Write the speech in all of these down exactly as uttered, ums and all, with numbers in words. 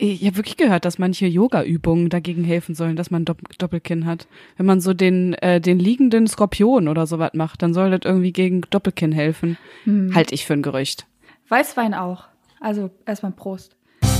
Ich habe wirklich gehört, dass manche Yoga-Übungen dagegen helfen sollen, dass man Dopp- Doppelkinn hat. Wenn man so den äh, den liegenden Skorpion oder sowas macht, dann soll das irgendwie gegen Doppelkinn helfen. Hm. Halte ich für ein Gerücht. Weißwein auch. Also erstmal Prost.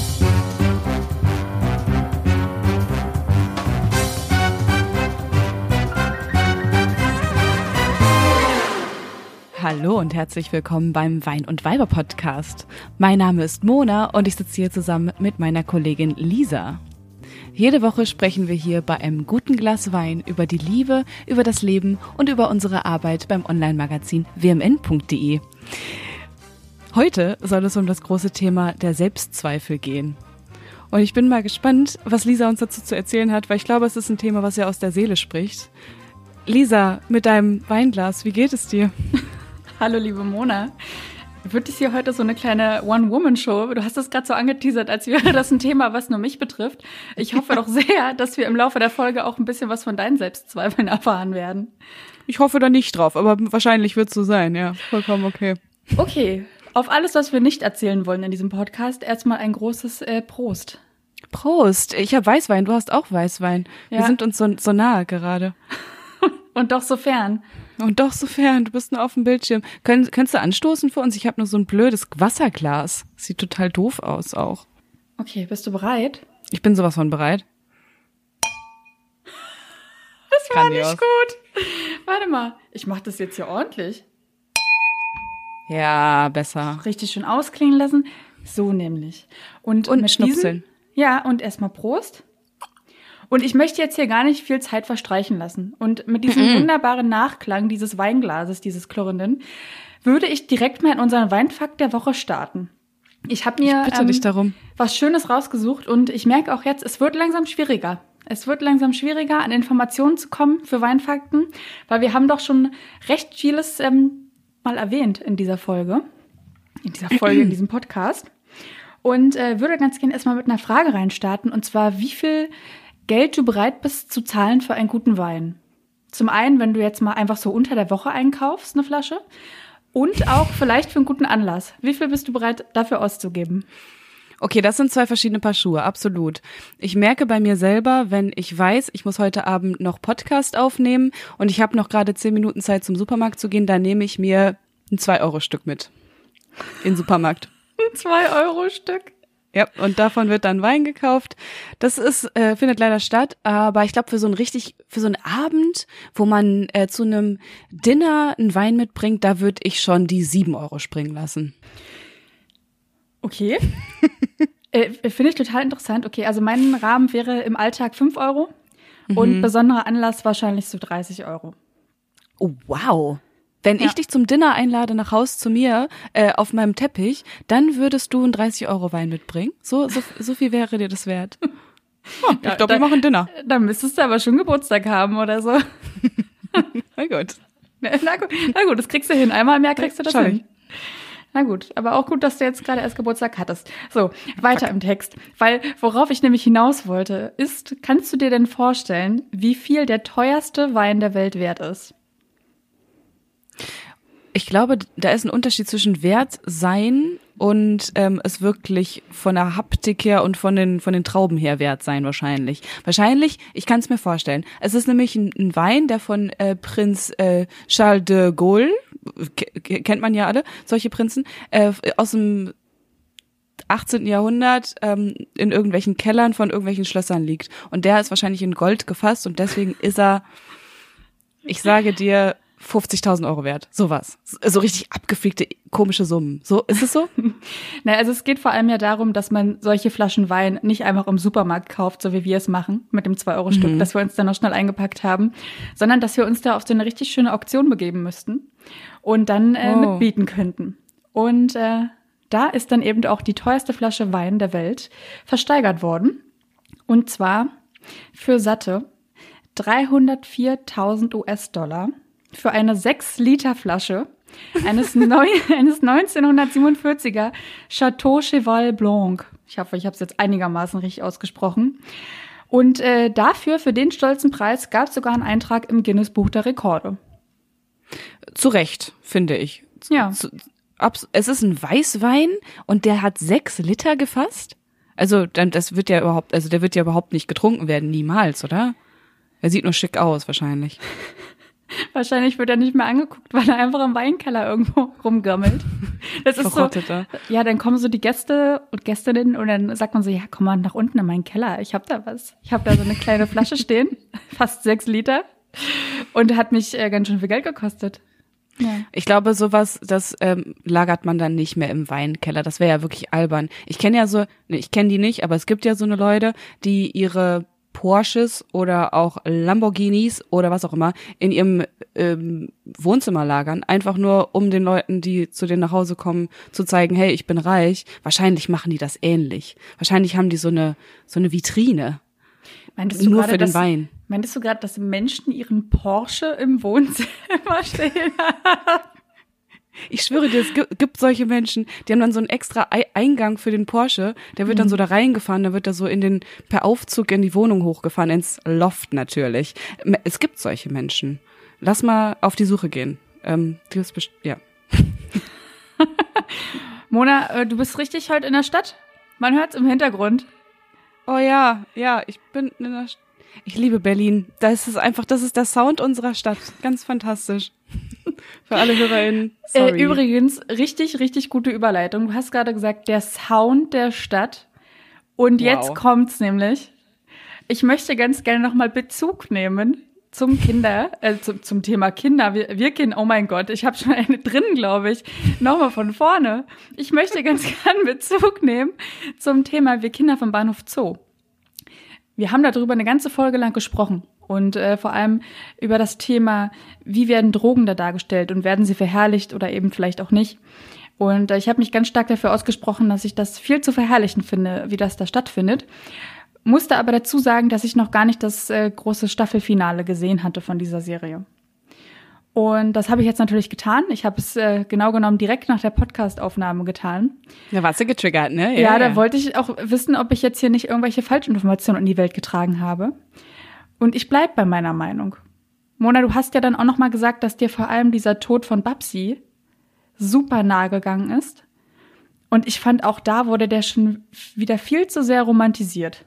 Hallo und herzlich willkommen beim Wein und Weiber Podcast. Mein Name ist Mona und ich sitze hier zusammen mit meiner Kollegin Lisa. Jede Woche sprechen wir hier bei einem guten Glas Wein über die Liebe, über das Leben und über unsere Arbeit beim Online-Magazin w m n punkt d e. Heute soll es um das große Thema der Selbstzweifel gehen. Und ich bin mal gespannt, was Lisa uns dazu zu erzählen hat, weil ich glaube, es ist ein Thema, was ja aus der Seele spricht. Lisa, mit deinem Weinglas, wie geht es dir? Hallo, liebe Mona. Wird es hier heute so eine kleine One-Woman-Show? Du hast das gerade so angeteasert, als wäre das ein Thema, was nur mich betrifft. Ich hoffe doch sehr, dass wir im Laufe der Folge auch ein bisschen was von deinen Selbstzweifeln erfahren werden. Ich hoffe da nicht drauf, aber wahrscheinlich wird es so sein, ja. Vollkommen okay. Okay, auf alles, was wir nicht erzählen wollen in diesem Podcast, erstmal ein großes äh, Prost. Prost. Ich habe Weißwein, du hast auch Weißwein. Ja. Wir sind uns so, so nahe gerade. Und doch so fern. Und doch so fern, du bist nur auf dem Bildschirm. Können, könntest du anstoßen für uns? Ich habe nur so ein blödes Wasserglas. Sieht total doof aus auch. Okay, bist du bereit? Ich bin sowas von bereit. Das war nicht gut. Warte mal, ich mache das jetzt hier ordentlich. Ja, besser. Richtig schön ausklingen lassen. So nämlich. Und, und mit schnupseln. Diesen, ja, und erstmal Prost. Und ich möchte jetzt hier gar nicht viel Zeit verstreichen lassen. Und mit diesem mhm. wunderbaren Nachklang dieses Weinglases, dieses klirrenden, würde ich direkt mal in unseren Weinfakt der Woche starten. Ich habe mir ich bitte ähm, dich darum. was Schönes rausgesucht und ich merke auch jetzt, es wird langsam schwieriger. Es wird langsam schwieriger, an Informationen zu kommen für Weinfakten, weil wir haben doch schon recht vieles ähm, mal erwähnt in dieser Folge, in dieser Folge, in diesem Podcast. Und äh, würde ganz gerne erstmal mit einer Frage reinstarten, und zwar, wie viel Geld du bereit bist zu zahlen für einen guten Wein. Zum einen, wenn du jetzt mal einfach so unter der Woche einkaufst, eine Flasche. Und auch vielleicht für einen guten Anlass. Wie viel bist du bereit, dafür auszugeben? Okay, das sind zwei verschiedene Paar Schuhe, absolut. Ich merke bei mir selber, wenn ich weiß, ich muss heute Abend noch Podcast aufnehmen und ich habe noch gerade zehn Minuten Zeit, zum Supermarkt zu gehen, dann nehme ich mir ein zwei Euro Stück mit. In den Supermarkt. Ein zwei Euro Stück? Ja, und davon wird dann Wein gekauft. Das ist äh, findet leider statt, aber ich glaube für so ein richtig für so einen Abend, wo man äh, zu einem Dinner einen Wein mitbringt, da würde ich schon die sieben Euro springen lassen. Okay. äh, Finde ich total interessant. Okay, also mein Rahmen wäre im Alltag fünf Euro mhm. und besonderer Anlass wahrscheinlich so dreißig Euro. Oh, wow. Wenn ja. ich dich zum Dinner einlade nach Haus zu mir äh, auf meinem Teppich, dann würdest du einen dreißig Euro Wein mitbringen? So so, so viel wäre dir das wert? Oh, ich ja, glaube, wir machen Dinner. Dann müsstest du aber schon Geburtstag haben oder so. Na gut. Na, na gut, na gut, das kriegst du hin. Einmal mehr kriegst du das Schau hin. ich. Na gut, aber auch gut, dass du jetzt gerade erst Geburtstag hattest. So, weiter im Text. Weil worauf ich nämlich hinaus wollte, ist, kannst du dir denn vorstellen, wie viel der teuerste Wein der Welt wert ist? Ich glaube, da ist ein Unterschied zwischen Wert sein und ähm, es wirklich von der Haptik her und von den von den Trauben her wert sein wahrscheinlich. Wahrscheinlich, ich kann es mir vorstellen. Es ist nämlich ein, ein Wein, der von äh, Prinz äh, Charles de Gaulle, k- kennt man ja alle, solche Prinzen, äh, aus dem achtzehnten Jahrhundert ähm, in irgendwelchen Kellern von irgendwelchen Schlössern liegt. Und der ist wahrscheinlich in Gold gefasst und deswegen ist er, ich sage dir, fünfzigtausend Euro wert, sowas. So richtig abgefickte, komische Summen. So, ist es so? Na, also es geht vor allem ja darum, dass man solche Flaschen Wein nicht einfach im Supermarkt kauft, so wie wir es machen, mit dem zwei Euro Stück, mhm. das wir uns dann noch schnell eingepackt haben, sondern dass wir uns da auf so eine richtig schöne Auktion begeben müssten und dann äh, oh. mitbieten könnten. Und äh, da ist dann eben auch die teuerste Flasche Wein der Welt versteigert worden. Und zwar für satte dreihundertviertausend U S-Dollar. Für eine sechs Liter Flasche eines, Neu- eines neunzehnhundertsiebenundvierziger Chateau Cheval Blanc. Ich hoffe, ich habe es jetzt einigermaßen richtig ausgesprochen. Und äh, dafür, für den stolzen Preis, gab es sogar einen Eintrag im Guinness-Buch der Rekorde. Zu Recht, finde ich. Ja. Zu, abs- es ist ein Weißwein und der hat sechs Liter gefasst? Also dann, das wird ja überhaupt, also der wird ja überhaupt nicht getrunken werden, niemals, oder? Er sieht nur schick aus, wahrscheinlich. Wahrscheinlich wird er nicht mehr angeguckt, weil er einfach im Weinkeller irgendwo rumgammelt. Das ist so, ja, dann kommen so die Gäste und Gästinnen und dann sagt man so, ja, komm mal nach unten in meinen Keller, ich hab da was. Ich hab da so eine kleine Flasche stehen, fast sechs Liter und hat mich äh, ganz schön viel Geld gekostet. Ja. Ich glaube, sowas, das ähm, lagert man dann nicht mehr im Weinkeller. Das wäre ja wirklich albern. Ich kenne ja so, nee, ich kenne die nicht, aber es gibt ja so eine Leute, die ihre Porsches oder auch Lamborghinis oder was auch immer in ihrem ähm, Wohnzimmer lagern, einfach nur um den Leuten, die zu denen nach Hause kommen, zu zeigen, hey, ich bin reich. Wahrscheinlich machen die das ähnlich. Wahrscheinlich haben die so eine so eine Vitrine. Meintest du nur grade, für den dass, Wein. Meintest du gerade, dass Menschen ihren Porsche im Wohnzimmer stehen haben? Ich schwöre dir, es gibt, gibt solche Menschen, die haben dann so einen extra Eingang für den Porsche, der wird dann so da reingefahren, da wird er so in den, per Aufzug in die Wohnung hochgefahren, ins Loft natürlich. Es gibt solche Menschen. Lass mal auf die Suche gehen. Ähm, du bist best- ja. Mona, du bist richtig heute in der Stadt? Man hört's im Hintergrund. Oh ja, ja, ich bin in der Stadt. Ich liebe Berlin. Das ist einfach, das ist der Sound unserer Stadt. Ganz fantastisch. Für alle HörerInnen. Sorry. Äh, übrigens, richtig, richtig gute Überleitung. Du hast gerade gesagt, der Sound der Stadt. Und wow. Jetzt kommt's nämlich. Ich möchte ganz gerne nochmal Bezug nehmen zum Kinder, äh, zum, zum Thema Kinder. Wir, wir Kinder, oh mein Gott, ich habe schon eine drin, glaube ich. Nochmal von vorne. Ich möchte ganz gerne Bezug nehmen zum Thema Wir Kinder vom Bahnhof Zoo. Wir haben darüber eine ganze Folge lang gesprochen und äh, vor allem über das Thema, wie werden Drogen da dargestellt und werden sie verherrlicht oder eben vielleicht auch nicht. Und äh, ich habe mich ganz stark dafür ausgesprochen, dass ich das viel zu verherrlichen finde, wie das da stattfindet. Musste aber dazu sagen, dass ich noch gar nicht das äh, große Staffelfinale gesehen hatte von dieser Serie. Und das habe ich jetzt natürlich getan. Ich habe es äh, genau genommen direkt nach der Podcast-Aufnahme getan. Da warst du getriggert, ne? Ja, ja, da wollte ich auch wissen, ob ich jetzt hier nicht irgendwelche Falschinformationen in die Welt getragen habe. Und ich bleib bei meiner Meinung. Mona, du hast ja dann auch noch mal gesagt, dass dir vor allem dieser Tod von Babsi super nahe gegangen ist. Und ich fand, auch da wurde der schon wieder viel zu sehr romantisiert.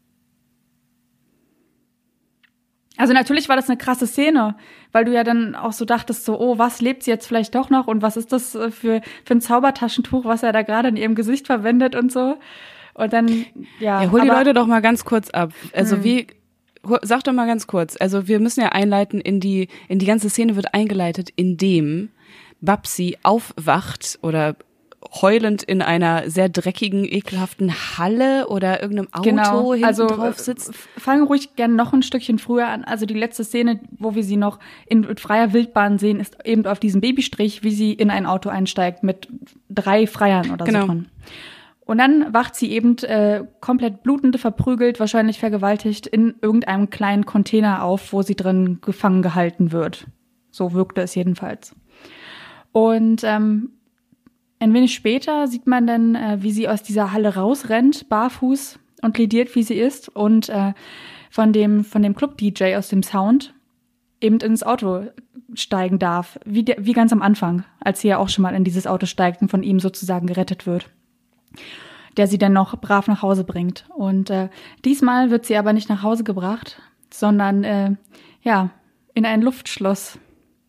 Also natürlich war das eine krasse Szene, weil du ja dann auch so dachtest, so, oh, was lebt sie jetzt vielleicht doch noch und was ist das für, für ein Zaubertaschentuch, was er da gerade in ihrem Gesicht verwendet und so. Und dann, ja. Ja, hol die Leute doch mal ganz kurz ab. Also hm. wie, sag doch mal ganz kurz. Also wir müssen ja einleiten in die, in die ganze Szene wird eingeleitet, indem Babsi aufwacht oder heulend in einer sehr dreckigen, ekelhaften Halle oder irgendeinem Auto genau. hinten also, drauf sitzt. Fangen ruhig gerne noch ein Stückchen früher an. Also die letzte Szene, wo wir sie noch in freier Wildbahn sehen, ist eben auf diesem Babystrich, wie sie in ein Auto einsteigt mit drei Freiern oder genau. so dran. Und dann wacht sie eben äh, komplett blutend, verprügelt, wahrscheinlich vergewaltigt in irgendeinem kleinen Container auf, wo sie drin gefangen gehalten wird. So wirkte es jedenfalls. Und ähm, ein wenig später sieht man dann, äh, wie sie aus dieser Halle rausrennt, barfuß und lediert, wie sie ist, und äh, von dem von dem Club-D J aus dem Sound eben ins Auto steigen darf, wie, der, wie ganz am Anfang, als sie ja auch schon mal in dieses Auto steigt und von ihm sozusagen gerettet wird, der sie dann noch brav nach Hause bringt. Und äh, diesmal wird sie aber nicht nach Hause gebracht, sondern äh, ja in ein Luftschloss.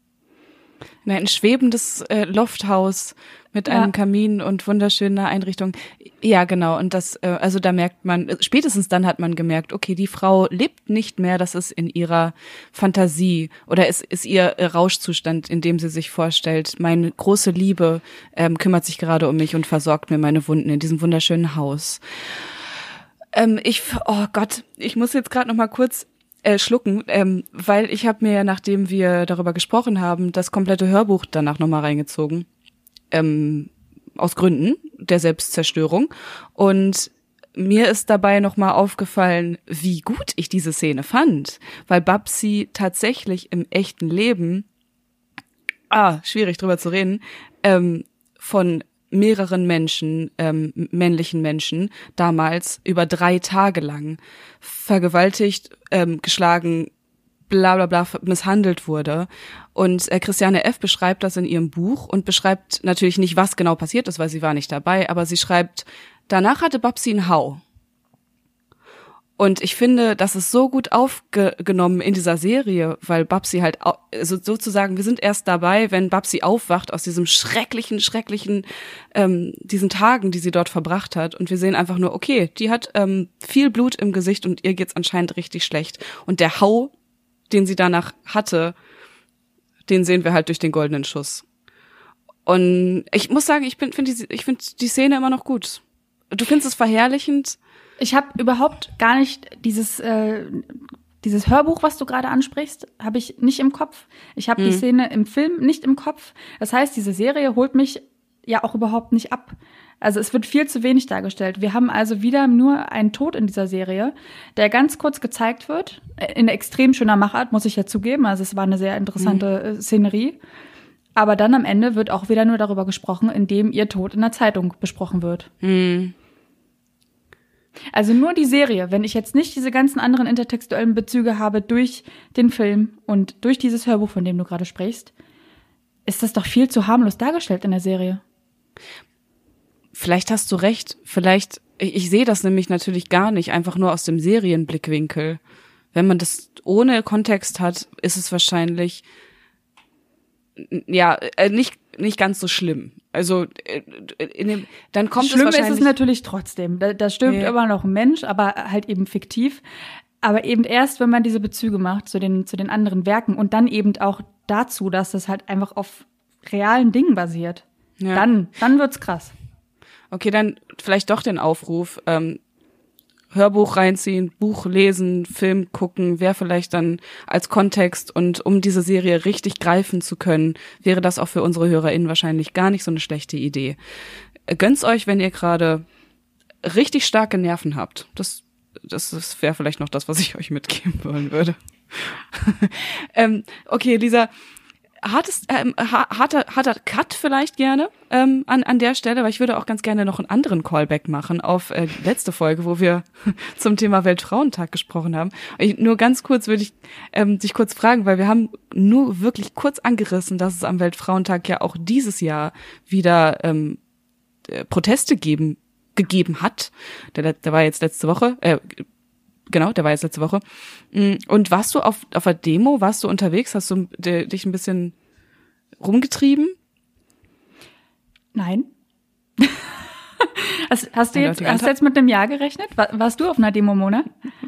Nein, ein schwebendes äh, Lofthaus mit einem ja. Kamin und wunderschöner Einrichtung. Ja, genau. Und das, äh, also da merkt man, spätestens dann hat man gemerkt, okay, die Frau lebt nicht mehr, das ist in ihrer Fantasie oder es ist ihr Rauschzustand, in dem sie sich vorstellt, meine große Liebe ähm, kümmert sich gerade um mich und versorgt mir meine Wunden in diesem wunderschönen Haus. Ähm, ich, oh Gott, ich muss jetzt gerade noch mal kurz Äh, schlucken, ähm, weil ich habe mir ja, nachdem wir darüber gesprochen haben, das komplette Hörbuch danach nochmal reingezogen. Ähm, aus Gründen der Selbstzerstörung. Und mir ist dabei nochmal aufgefallen, wie gut ich diese Szene fand. Weil Babsi tatsächlich im echten Leben, ah, schwierig drüber zu reden, ähm, von mehreren Menschen, ähm, männlichen Menschen, damals über drei Tage lang vergewaltigt, ähm, geschlagen, bla bla bla, misshandelt wurde. Und äh, Christiane F. beschreibt das in ihrem Buch und beschreibt natürlich nicht, was genau passiert ist, weil sie war nicht dabei, aber sie schreibt, danach hatte Babsi einen Hau. Und ich finde, das ist so gut aufgenommen in dieser Serie, weil Babsi halt, au- also sozusagen, wir sind erst dabei, wenn Babsi aufwacht aus diesem schrecklichen, schrecklichen, ähm, diesen Tagen, die sie dort verbracht hat. Und wir sehen einfach nur, okay, die hat ähm, viel Blut im Gesicht und ihr geht's anscheinend richtig schlecht. Und der Hau, den sie danach hatte, den sehen wir halt durch den goldenen Schuss. Und ich muss sagen, ich bin, finde die, ich finde die Szene immer noch gut. Du findest es verherrlichend? Ich habe überhaupt gar nicht dieses äh, dieses Hörbuch, was du gerade ansprichst, habe ich nicht im Kopf. Ich habe hm. die Szene im Film nicht im Kopf. Das heißt, diese Serie holt mich ja auch überhaupt nicht ab. Also es wird viel zu wenig dargestellt. Wir haben also wieder nur einen Tod in dieser Serie, der ganz kurz gezeigt wird. In extrem schöner Machart, muss ich ja zugeben. Also es war eine sehr interessante hm. Szenerie. Aber dann am Ende wird auch wieder nur darüber gesprochen, indem ihr Tod in der Zeitung besprochen wird. Hm. Also nur die Serie, wenn ich jetzt nicht diese ganzen anderen intertextuellen Bezüge habe durch den Film und durch dieses Hörbuch, von dem du gerade sprichst, ist das doch viel zu harmlos dargestellt in der Serie. Vielleicht hast du recht. Vielleicht, ich, ich sehe das nämlich natürlich gar nicht, einfach nur aus dem Serienblickwinkel. Wenn man das ohne Kontext hat, ist es wahrscheinlich ja äh, nicht nicht ganz so schlimm. Also in dem, dann kommt Schlimm es wahrscheinlich. Ist es natürlich trotzdem. Da, da stirbt nee. immer noch ein Mensch, aber halt eben fiktiv. Aber eben erst, wenn man diese Bezüge macht zu den zu den anderen Werken und dann eben auch dazu, dass das halt einfach auf realen Dingen basiert. Ja. Dann dann wird's krass. Okay, dann vielleicht doch den Aufruf. Ähm, Hörbuch reinziehen, Buch lesen, Film gucken, wäre vielleicht dann als Kontext und um diese Serie richtig greifen zu können, wäre das auch für unsere HörerInnen wahrscheinlich gar nicht so eine schlechte Idee. Gönn's euch, wenn ihr gerade richtig starke Nerven habt. Das, das, das wäre vielleicht noch das, was ich euch mitgeben wollen würde. ähm, okay, Lisa, hartes, ähm, harter, harter Cut vielleicht gerne ähm, an an der Stelle, weil ich würde auch ganz gerne noch einen anderen Callback machen auf äh, die letzte Folge, wo wir zum Thema Weltfrauentag gesprochen haben. Ich, nur ganz kurz würde ich ähm, dich kurz fragen, weil wir haben nur wirklich kurz angerissen, dass es am Weltfrauentag ja auch dieses Jahr wieder ähm, äh, Proteste geben gegeben hat. Der, der war jetzt letzte Woche, äh, Genau, der war jetzt letzte Woche. Und warst du auf auf der Demo, warst du unterwegs, hast du dich ein bisschen rumgetrieben? Nein. hast, hast du jetzt, hast du jetzt mit einem Jahr gerechnet? Warst du auf einer Demo, Mona?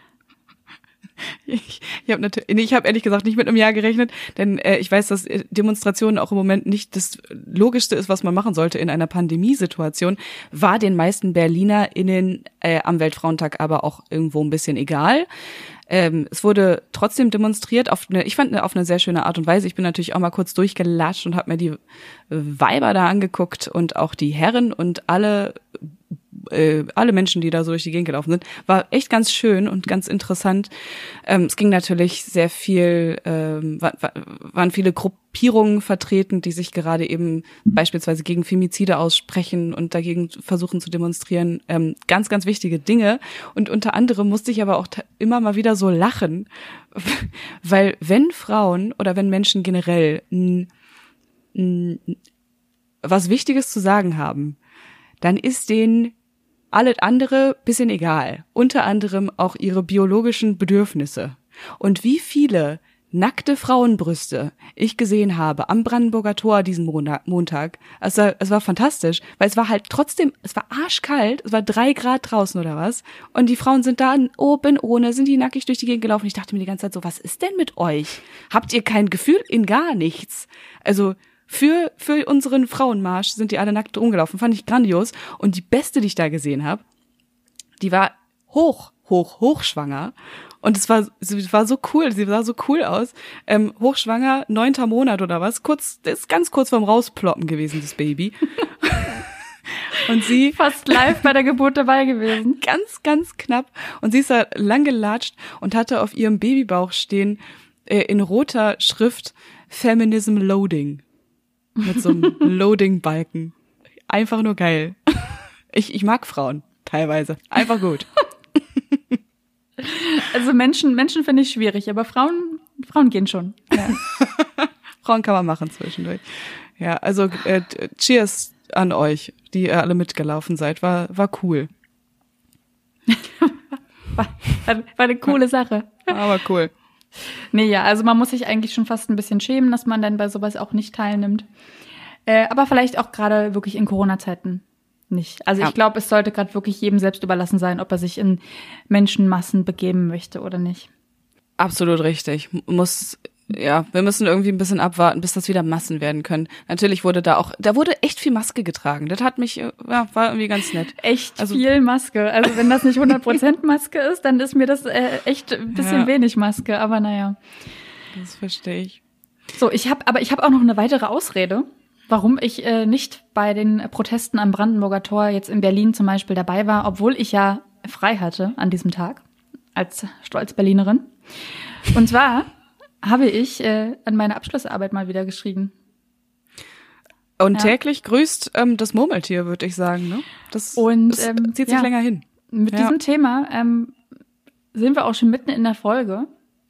Ich, ich habe natürlich, nee, ich habe ehrlich gesagt nicht mit einem Jahr gerechnet, denn äh, ich weiß, dass Demonstrationen auch im Moment nicht das Logischste ist, was man machen sollte in einer Pandemiesituation. War den meisten BerlinerInnen äh, am Weltfrauentag aber auch irgendwo ein bisschen egal. Ähm, es wurde trotzdem demonstriert auf eine, ich fand eine, auf eine sehr schöne Art und Weise. Ich bin natürlich auch mal kurz durchgelatscht und habe mir die Weiber da angeguckt und auch die Herren und alle äh, alle Menschen, die da so durch die Gegend gelaufen sind. War echt ganz schön und ganz interessant. Ähm, es ging natürlich sehr viel, ähm, war, waren viele Gruppierungen vertreten, die sich gerade eben beispielsweise gegen Femizide aussprechen und dagegen versuchen zu demonstrieren. Ähm, ganz, ganz wichtige Dinge. Und unter anderem musste ich aber auch t- immer mal wieder so lachen, weil wenn Frauen oder wenn Menschen generell n- n- was Wichtiges zu sagen haben, dann ist denen alles andere bisschen egal. Unter anderem auch ihre biologischen Bedürfnisse. Und wie viele nackte Frauenbrüste ich gesehen habe am Brandenburger Tor diesen Montag. Es war, es war fantastisch, weil es war halt trotzdem, es war arschkalt, es war drei Grad draußen oder was. Und die Frauen sind da oben ohne, sind die nackig durch die Gegend gelaufen. Ich dachte mir die ganze Zeit so, was ist denn mit euch? Habt ihr kein Gefühl in gar nichts? Also Für für unseren Frauenmarsch sind die alle nackt rumgelaufen. Fand ich grandios. Und die beste, die ich da gesehen habe, die war hoch, hoch, hochschwanger. Und es war, sie war so cool, sie sah so cool aus. Ähm, hochschwanger, neunter Monat oder was. Kurz, das ist ganz kurz vorm Rausploppen gewesen, das Baby. Und sie fast live bei der Geburt dabei gewesen. Ganz, ganz knapp. Und sie ist da lang gelatscht und hatte auf ihrem Babybauch stehen, äh, in roter Schrift, Feminism Loading. Mit so einem Loading-Balken. Einfach nur geil. Ich, ich mag Frauen, teilweise. Einfach gut. Also Menschen, Menschen finde ich schwierig, aber Frauen, Frauen gehen schon. Ja. Frauen kann man machen zwischendurch. Ja, also äh, cheers an euch, die ihr alle mitgelaufen seid. War, war cool. War, war eine coole Sache. Aber cool. Nee, ja, also man muss sich eigentlich schon fast ein bisschen schämen, dass man dann bei sowas auch nicht teilnimmt. Äh, aber vielleicht auch gerade wirklich in Corona-Zeiten nicht. Also ja. ich glaube, es sollte gerade wirklich jedem selbst überlassen sein, ob er sich in Menschenmassen begeben möchte oder nicht. Absolut richtig. Muss, ja, wir müssen irgendwie ein bisschen abwarten, bis das wieder Massen werden können. Natürlich wurde da auch, da wurde echt viel Maske getragen. Das hat mich, ja, war irgendwie ganz nett. Echt also, viel Maske. Also wenn das nicht hundert Prozent Maske ist, dann ist mir das äh, echt ein bisschen ja. wenig Maske. Aber naja. Das verstehe ich. So, ich habe, aber ich habe auch noch eine weitere Ausrede, warum ich äh, nicht bei den Protesten am Brandenburger Tor jetzt in Berlin zum Beispiel dabei war, obwohl ich ja frei hatte an diesem Tag als Stolz-Berlinerin. Und zwar habe ich äh, an meine Abschlussarbeit mal wieder geschrieben. Und ja. täglich grüßt ähm, das Murmeltier, würde ich sagen. Ne? Das, Und, das ähm, zieht sich ja, länger hin. Mit ja. diesem Thema ähm, sind wir auch schon mitten in der Folge.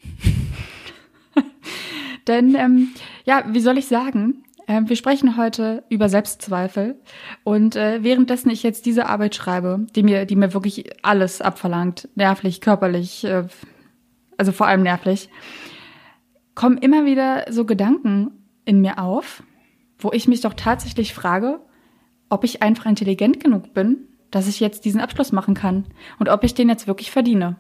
Denn, ähm, ja, wie soll ich sagen, äh, wir sprechen heute über Selbstzweifel. Und äh, währenddessen ich jetzt diese Arbeit schreibe, die mir, die mir wirklich alles abverlangt, nervlich, körperlich, äh, also vor allem nervlich, kommen immer wieder so Gedanken in mir auf, wo ich mich doch tatsächlich frage, ob ich einfach intelligent genug bin, dass ich jetzt diesen Abschluss machen kann und ob ich den jetzt wirklich verdiene.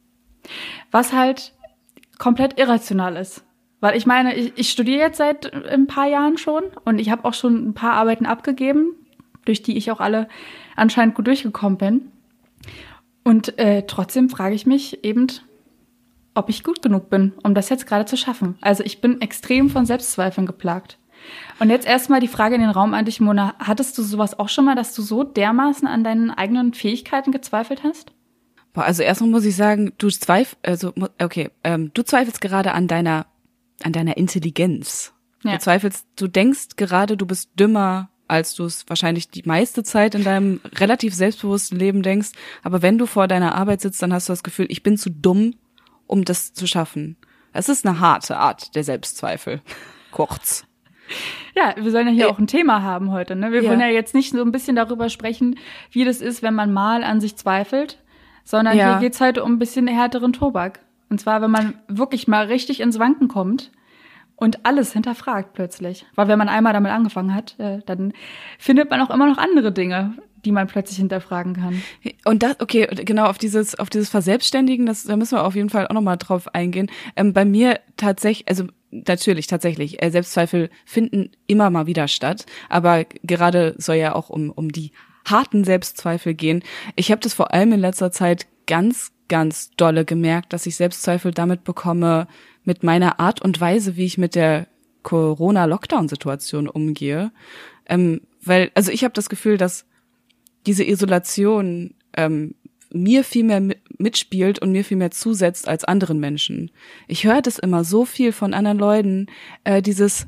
Was halt komplett irrational ist. Weil ich meine, ich, ich studiere jetzt seit ein paar Jahren schon und ich habe auch schon ein paar Arbeiten abgegeben, durch die ich auch alle anscheinend gut durchgekommen bin. Und äh, trotzdem frage ich mich eben, ob ich gut genug bin, um das jetzt gerade zu schaffen. Also ich bin extrem von Selbstzweifeln geplagt. Und jetzt erstmal die Frage in den Raum an dich, Mona. Hattest du sowas auch schon mal, dass du so dermaßen an deinen eigenen Fähigkeiten gezweifelt hast? Boah, also erstmal muss ich sagen, du zweifelst, also okay, ähm, du zweifelst gerade an deiner an deiner Intelligenz. Ja. Du zweifelst, du denkst gerade, du bist dümmer, als du es wahrscheinlich die meiste Zeit in deinem relativ selbstbewussten Leben denkst. Aber wenn du vor deiner Arbeit sitzt, dann hast du das Gefühl, ich bin zu dumm, um das zu schaffen. Es ist eine harte Art der Selbstzweifel. Kurz. Ja, wir sollen ja hier ja. auch ein Thema haben heute, ne? Wir ja. wollen ja jetzt nicht so ein bisschen darüber sprechen, wie das ist, wenn man mal an sich zweifelt, sondern ja. hier geht's halt um ein bisschen härteren Tobak. Und zwar, wenn man wirklich mal richtig ins Wanken kommt und alles hinterfragt plötzlich. Weil wenn man einmal damit angefangen hat, äh, dann findet man auch immer noch andere Dinge, die man plötzlich hinterfragen kann. Und das, okay, genau, auf dieses, auf dieses Verselbstständigen, das, da müssen wir auf jeden Fall auch nochmal drauf eingehen. Ähm, bei mir tatsächlich, also natürlich, tatsächlich, äh, Selbstzweifel finden immer mal wieder statt, aber gerade soll ja auch um, um die harten Selbstzweifel gehen. Ich habe das vor allem in letzter Zeit ganz, ganz dolle gemerkt, dass ich Selbstzweifel damit bekomme, mit meiner Art und Weise, wie ich mit der Corona-Lockdown-Situation umgehe. Ähm, weil, also ich habe das Gefühl, dass diese Isolation ähm, mir viel mehr mitspielt und mir viel mehr zusetzt als anderen Menschen. Ich höre das immer so viel von anderen Leuten, äh, dieses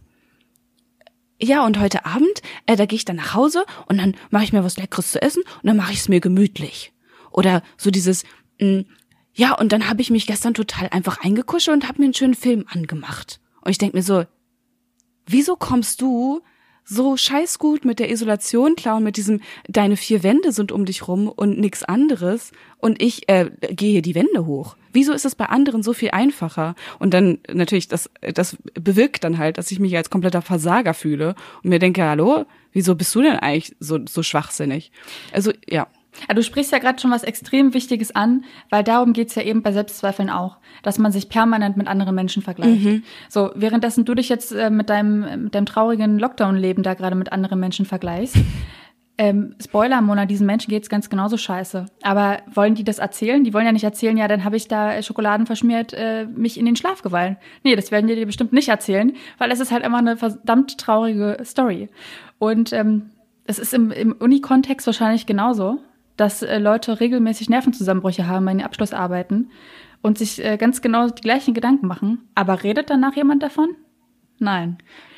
ja, und heute Abend, äh, da gehe ich dann nach Hause und dann mache ich mir was Leckeres zu essen und dann mache ich es mir gemütlich. Oder so dieses, mh, ja, und dann habe ich mich gestern total einfach eingekuschelt und habe mir einen schönen Film angemacht. Und ich denke mir so, wieso kommst du so scheißgut mit der Isolation klar und mit diesem, deine vier Wände sind um dich rum und nix anderes und ich äh, gehe hier die Wände hoch. Wieso ist es bei anderen so viel einfacher? Und dann natürlich, das das bewirkt dann halt, dass ich mich als kompletter Versager fühle und mir denke, hallo, wieso bist du denn eigentlich so so schwachsinnig? Also, ja. Ja, du sprichst ja gerade schon was extrem Wichtiges an, weil darum geht's ja eben bei Selbstzweifeln auch, dass man sich permanent mit anderen Menschen vergleicht. Mhm. So, währenddessen du dich jetzt äh, mit deinem mit deinem traurigen Lockdown-Leben da gerade mit anderen Menschen vergleichst, ähm, Spoiler, Mona, diesen Menschen geht's ganz genauso scheiße. Aber wollen die das erzählen? Die wollen ja nicht erzählen, ja, dann habe ich da Schokoladen verschmiert, äh, mich in den Schlaf geweilt. Nee, das werden die dir bestimmt nicht erzählen, weil es ist halt einfach eine verdammt traurige Story. Und ähm, es ist im, im Uni-Kontext wahrscheinlich genauso, dass äh, Leute regelmäßig Nervenzusammenbrüche haben bei den Abschlussarbeiten und sich äh, ganz genau die gleichen Gedanken machen. Aber redet danach jemand davon? Nein.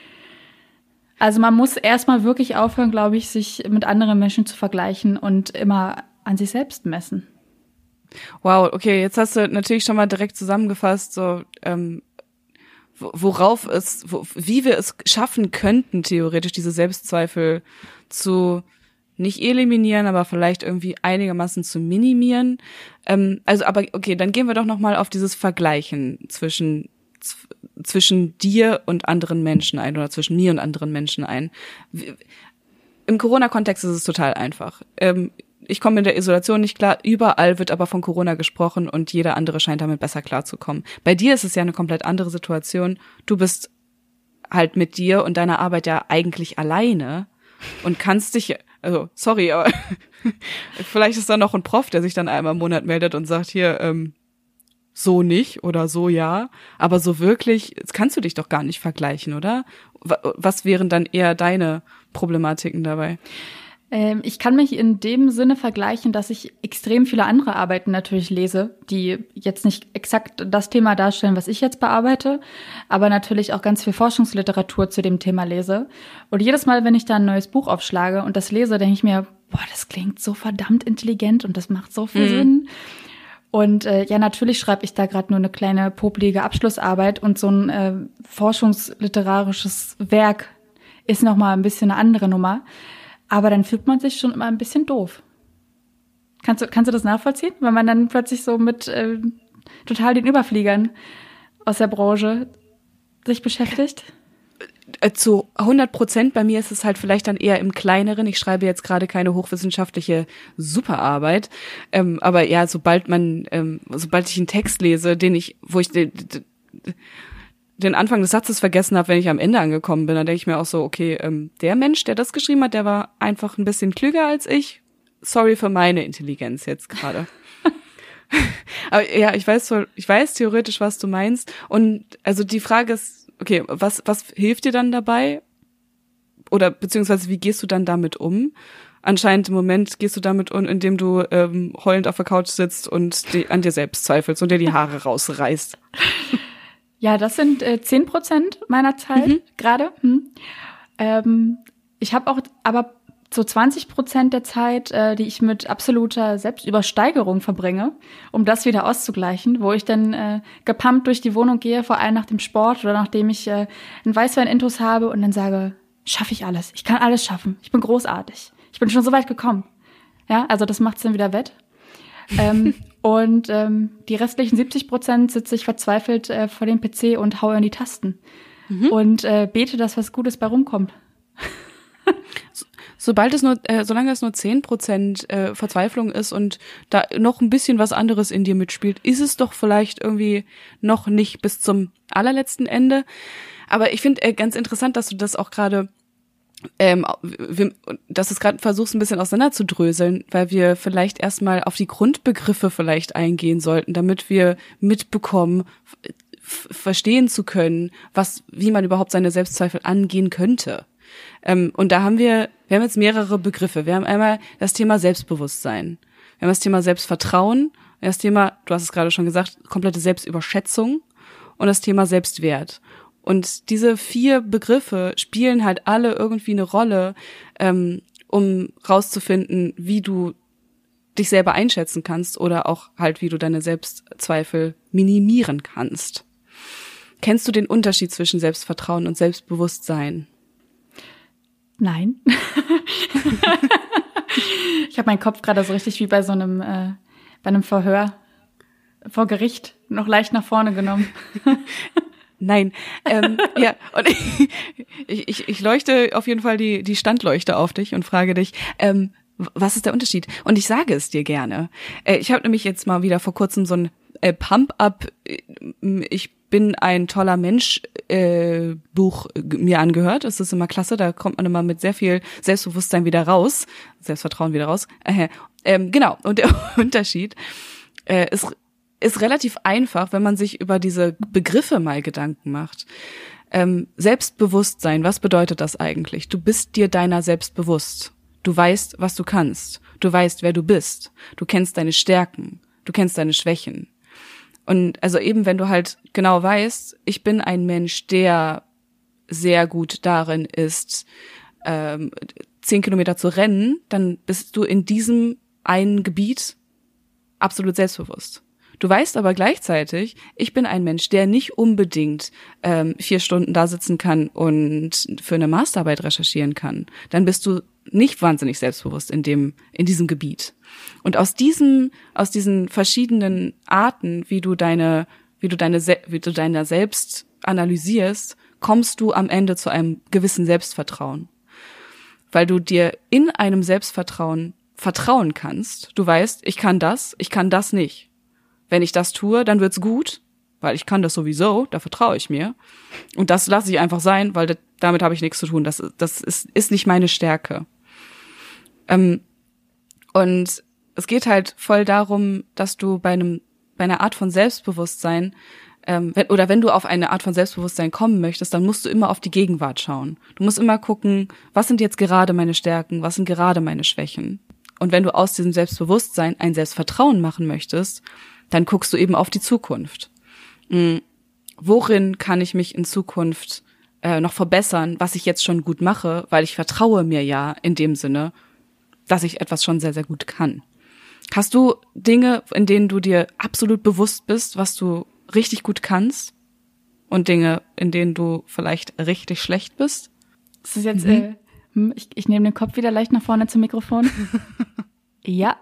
Also man muss erstmal wirklich aufhören, glaube ich, sich mit anderen Menschen zu vergleichen und immer an sich selbst messen. Wow, okay, jetzt hast du natürlich schon mal direkt zusammengefasst, so ähm, worauf es, wo, wie wir es schaffen könnten, theoretisch diese Selbstzweifel zu nicht eliminieren, aber vielleicht irgendwie einigermaßen zu minimieren. Ähm, also, aber okay, dann gehen wir doch nochmal auf dieses Vergleichen zwischen z- zwischen dir und anderen Menschen ein oder zwischen mir und anderen Menschen ein. Im Corona-Kontext ist es total einfach. Ähm, ich komme in der Isolation nicht klar, überall wird aber von Corona gesprochen und jeder andere scheint damit besser klarzukommen. Bei dir ist es ja eine komplett andere Situation. Du bist halt mit dir und deiner Arbeit ja eigentlich alleine und kannst dich, also sorry, aber vielleicht ist da noch ein Prof, der sich dann einmal im Monat meldet und sagt, hier, ähm, so nicht oder so ja, aber so wirklich, das kannst du dich doch gar nicht vergleichen, oder? Was wären dann eher deine Problematiken dabei? Ähm, ich kann mich in dem Sinne vergleichen, dass ich extrem viele andere Arbeiten natürlich lese, die jetzt nicht exakt das Thema darstellen, was ich jetzt bearbeite, aber natürlich auch ganz viel Forschungsliteratur zu dem Thema lese. Und jedes Mal, wenn ich da ein neues Buch aufschlage und das lese, denke ich mir, boah, das klingt so verdammt intelligent und das macht so viel mhm. Sinn. Und äh, ja, natürlich schreibe ich da gerade nur eine kleine popelige Abschlussarbeit und so ein äh, forschungsliterarisches Werk ist noch mal ein bisschen eine andere Nummer. Aber dann fühlt man sich schon immer ein bisschen doof. Kannst du, kannst du das nachvollziehen? Weil man dann plötzlich so mit äh, total den Überfliegern aus der Branche sich beschäftigt? Zu hundert Prozent. Bei mir ist es halt vielleicht dann eher im Kleineren. Ich schreibe jetzt gerade keine hochwissenschaftliche Superarbeit. Ähm, aber ja, sobald man, ähm, sobald ich einen Text lese, den ich, wo ich den, den Anfang des Satzes vergessen habe, wenn ich am Ende angekommen bin, dann denke ich mir auch so, okay, ähm, der Mensch, der das geschrieben hat, der war einfach ein bisschen klüger als ich. Sorry für meine Intelligenz jetzt gerade. Aber ja, ich weiß, ich weiß theoretisch, was du meinst. Und also die Frage ist, okay, was, was hilft dir dann dabei? Oder beziehungsweise wie gehst du dann damit um? Anscheinend im Moment gehst du damit um, indem du ähm, heulend auf der Couch sitzt und die, an dir selbst zweifelst und dir die Haare rausreißt. Ja, das sind äh, zehn Prozent meiner Zeit mhm. gerade. Hm. Ähm, ich habe auch aber so zwanzig Prozent der Zeit, äh, die ich mit absoluter Selbstübersteigerung verbringe, um das wieder auszugleichen, wo ich dann äh, gepumpt durch die Wohnung gehe, vor allem nach dem Sport oder nachdem ich äh, einen Weißwein-Intus habe und dann sage, schaffe ich alles, ich kann alles schaffen, ich bin großartig, ich bin schon so weit gekommen. Ja, also das macht's dann wieder wett. ähm, und ähm, die restlichen siebzig Prozent sitze ich verzweifelt äh, vor dem P C und haue in die Tasten mhm. und äh, bete, dass was Gutes bei rumkommt. so, sobald es nur, äh, solange es nur zehn Prozent äh, Verzweiflung ist und da noch ein bisschen was anderes in dir mitspielt, ist es doch vielleicht irgendwie noch nicht bis zum allerletzten Ende. Aber ich finde äh, ganz interessant, dass du das auch gerade Ähm, wir, dass du es gerade versuchst, ein bisschen auseinanderzudröseln, weil wir vielleicht erstmal auf die Grundbegriffe vielleicht eingehen sollten, damit wir mitbekommen, f- verstehen zu können, was, wie man überhaupt seine Selbstzweifel angehen könnte. Ähm, und da haben wir, wir haben jetzt mehrere Begriffe. Wir haben einmal das Thema Selbstbewusstsein. Wir haben das Thema Selbstvertrauen. Das Thema, du hast es gerade schon gesagt, komplette Selbstüberschätzung und das Thema Selbstwert. Und diese vier Begriffe spielen halt alle irgendwie eine Rolle, ähm, um rauszufinden, wie du dich selber einschätzen kannst oder auch halt, wie du deine Selbstzweifel minimieren kannst. Kennst du den Unterschied zwischen Selbstvertrauen und Selbstbewusstsein? Nein. Ich habe meinen Kopf gerade so richtig wie bei so einem, äh, bei einem Verhör vor Gericht noch leicht nach vorne genommen. Nein, ähm, ja, und ich, ich, ich leuchte auf jeden Fall die, die Standleuchte auf dich und frage dich, ähm, was ist der Unterschied? Und ich sage es dir gerne. Äh, ich habe nämlich jetzt mal wieder vor kurzem so ein äh, Pump-Up, äh, ich bin ein toller Mensch äh, Buch mir angehört. Das ist immer klasse, da kommt man immer mit sehr viel Selbstbewusstsein wieder raus, Selbstvertrauen wieder raus. Äh, ähm, genau, und der Unterschied äh, ist ist relativ einfach, wenn man sich über diese Begriffe mal Gedanken macht. Ähm, Selbstbewusstsein, was bedeutet das eigentlich? Du bist dir deiner selbst bewusst. Du weißt, was du kannst. Du weißt, wer du bist. Du kennst deine Stärken. Du kennst deine Schwächen. Und also eben, wenn du halt genau weißt, ich bin ein Mensch, der sehr gut darin ist, ähm, zehn Kilometer zu rennen, dann bist du in diesem einen Gebiet absolut selbstbewusst. Du weißt aber gleichzeitig, ich bin ein Mensch, der nicht unbedingt ähm, vier Stunden da sitzen kann und für eine Masterarbeit recherchieren kann. Dann bist du nicht wahnsinnig selbstbewusst in dem, in diesem Gebiet. Und aus diesem, aus diesen verschiedenen Arten, wie du deine, wie du deine, wie du deine selbst analysierst, kommst du am Ende zu einem gewissen Selbstvertrauen. Weil du dir in einem Selbstvertrauen vertrauen kannst. Du weißt, ich kann das, ich kann das nicht. Wenn ich das tue, dann wird's gut, weil ich kann das sowieso, da vertraue ich mir. Und das lasse ich einfach sein, weil das, damit habe ich nichts zu tun. Das, das ist, ist nicht meine Stärke. Ähm, und es geht halt voll darum, dass du bei einem, bei einer Art von Selbstbewusstsein, ähm, wenn, oder wenn du auf eine Art von Selbstbewusstsein kommen möchtest, dann musst du immer auf die Gegenwart schauen. Du musst immer gucken, was sind jetzt gerade meine Stärken, was sind gerade meine Schwächen. Und wenn du aus diesem Selbstbewusstsein ein Selbstvertrauen machen möchtest, dann guckst du eben auf die Zukunft. Mhm. Worin kann ich mich in Zukunft äh, noch verbessern, was ich jetzt schon gut mache, weil ich vertraue mir ja in dem Sinne, dass ich etwas schon sehr, sehr gut kann. Hast du Dinge, in denen du dir absolut bewusst bist, was du richtig gut kannst? Und Dinge, in denen du vielleicht richtig schlecht bist? Das ist jetzt, mhm. äh, ich, ich nehme den Kopf wieder leicht nach vorne zum Mikrofon. Ja.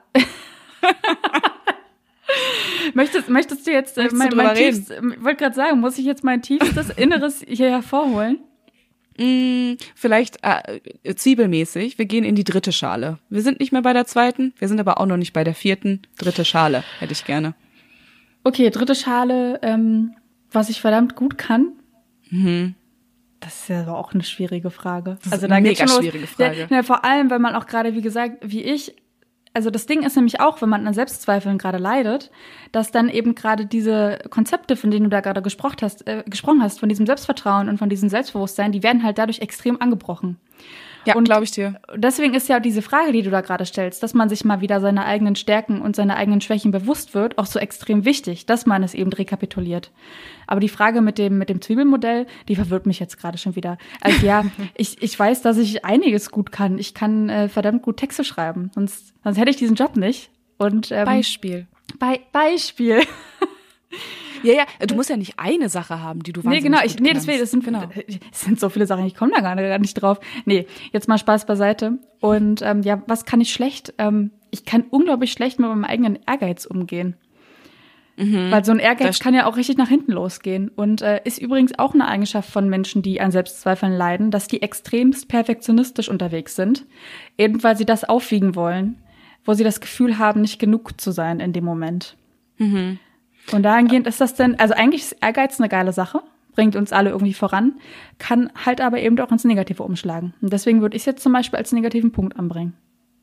Möchtest, möchtest du jetzt äh, mein, mein tiefstes, ich wollte gerade sagen, muss ich jetzt mein tiefstes Inneres hier hervorholen? Mm, vielleicht äh, zwiebelmäßig. Wir gehen in die dritte Schale. Wir sind nicht mehr bei der zweiten, wir sind aber auch noch nicht bei der vierten. Dritte Schale hätte ich gerne. Okay, dritte Schale, ähm, was ich verdammt gut kann. Mhm. Das ist ja aber auch eine schwierige Frage. Das ist also da eine mega mega schwierige Frage. Ja, ja, vor allem, wenn man auch gerade, wie gesagt, wie ich, also das Ding ist nämlich auch, wenn man an Selbstzweifeln gerade leidet, dass dann eben gerade diese Konzepte, von denen du da gerade gesprochen hast, äh, gesprochen hast, von diesem Selbstvertrauen und von diesem Selbstbewusstsein, die werden halt dadurch extrem angebrochen. Ja, glaube ich dir. Deswegen ist ja diese Frage, die du da gerade stellst, dass man sich mal wieder seine eigenen Stärken und seine eigenen Schwächen bewusst wird, auch so extrem wichtig, dass man es eben rekapituliert. Aber die Frage mit dem mit dem Zwiebelmodell, die verwirrt mich jetzt gerade schon wieder. Also ja, ich ich weiß, dass ich einiges gut kann. Ich kann äh, verdammt gut Texte schreiben, sonst sonst hätte ich diesen Job nicht. Und ähm, Beispiel. Be- Beispiel. Ja, ja, du musst ja nicht eine Sache haben, die du wahnsinnig Nee, genau, gut ich, nee, kannst. deswegen, das sind, genau. das sind so viele Sachen, ich komme da gar nicht, gar nicht drauf. Nee, jetzt mal Spaß beiseite. Und ähm, ja, was kann ich schlecht? Ähm, ich kann unglaublich schlecht mit meinem eigenen Ehrgeiz umgehen. Mhm, Weil so ein Ehrgeiz kann ja auch richtig nach hinten losgehen. Und äh, ist übrigens auch eine Eigenschaft von Menschen, die an Selbstzweifeln leiden, dass die extremst perfektionistisch unterwegs sind. Eben weil sie das aufwiegen wollen, wo sie das Gefühl haben, nicht genug zu sein in dem Moment. Mhm. Und dahingehend ist das denn, also eigentlich ist Ehrgeiz eine geile Sache, bringt uns alle irgendwie voran, kann halt aber eben auch ins Negative umschlagen. Und deswegen würde ich es jetzt zum Beispiel als negativen Punkt anbringen.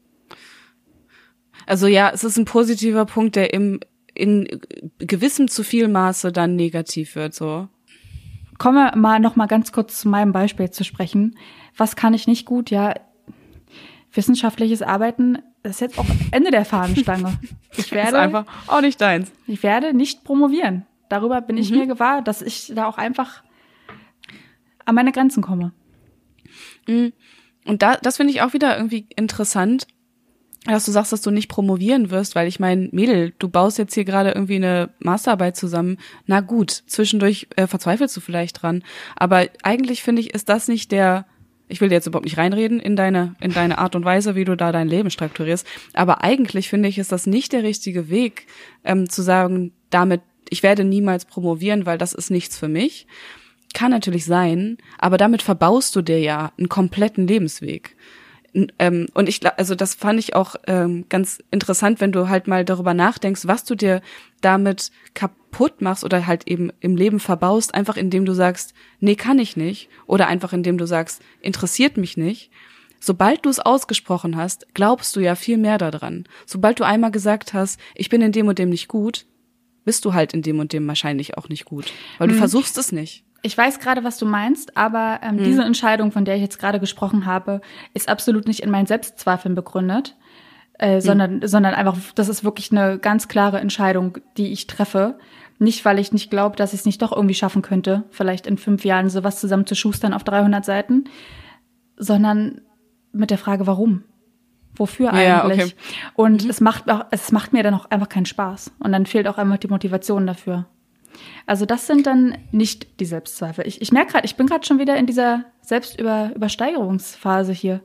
Also ja, es ist ein positiver Punkt, der im in gewissem zu viel Maße dann negativ wird, so. Kommen wir mal noch mal ganz kurz zu meinem Beispiel zu sprechen. Was kann ich nicht gut? Ja, wissenschaftliches Arbeiten, das ist jetzt auch Ende der Fahnenstange. Ich werde, das ist einfach auch nicht deins. Ich werde nicht promovieren. Darüber bin ich mhm. mir gewahr, dass ich da auch einfach an meine Grenzen komme. Und da, das finde ich auch wieder irgendwie interessant, dass du sagst, dass du nicht promovieren wirst, weil ich meine, Mädel, du baust jetzt hier gerade irgendwie eine Masterarbeit zusammen. Na gut, zwischendurch äh, verzweifelst du vielleicht dran. Aber eigentlich finde ich, ist das nicht der, ich will dir jetzt überhaupt nicht reinreden in deine, in deine Art und Weise, wie du da dein Leben strukturierst. Aber eigentlich finde ich, ist das nicht der richtige Weg, ähm, zu sagen, damit, ich werde niemals promovieren, weil das ist nichts für mich. Kann natürlich sein, aber damit verbaust du dir ja einen kompletten Lebensweg. Ähm, und ich, also das fand ich auch ähm, ganz interessant, wenn du halt mal darüber nachdenkst, was du dir damit kaputt machst oder halt eben im Leben verbaust, einfach indem du sagst, nee, kann ich nicht, oder einfach indem du sagst, interessiert mich nicht. Sobald du es ausgesprochen hast, glaubst du ja viel mehr daran. Sobald du einmal gesagt hast, ich bin in dem und dem nicht gut, bist du halt in dem und dem wahrscheinlich auch nicht gut, weil du hm. versuchst es nicht. Ich weiß gerade, was du meinst, aber ähm, hm. diese Entscheidung, von der ich jetzt gerade gesprochen habe, ist absolut nicht in meinen Selbstzweifeln begründet, äh, hm. sondern sondern einfach, das ist wirklich eine ganz klare Entscheidung, die ich treffe. Nicht, weil ich nicht glaube, dass ich es nicht doch irgendwie schaffen könnte, vielleicht in fünf Jahren sowas zusammen zu schustern auf dreihundert Seiten, sondern mit der Frage, warum? Wofür eigentlich? Ja, okay. Und mhm. es macht auch, es macht mir dann auch einfach keinen Spaß. Und dann fehlt auch einfach die Motivation dafür. Also das sind dann nicht die Selbstzweifel. Ich, ich merke gerade, ich bin gerade schon wieder in dieser Selbstübersteigerungsphase hier.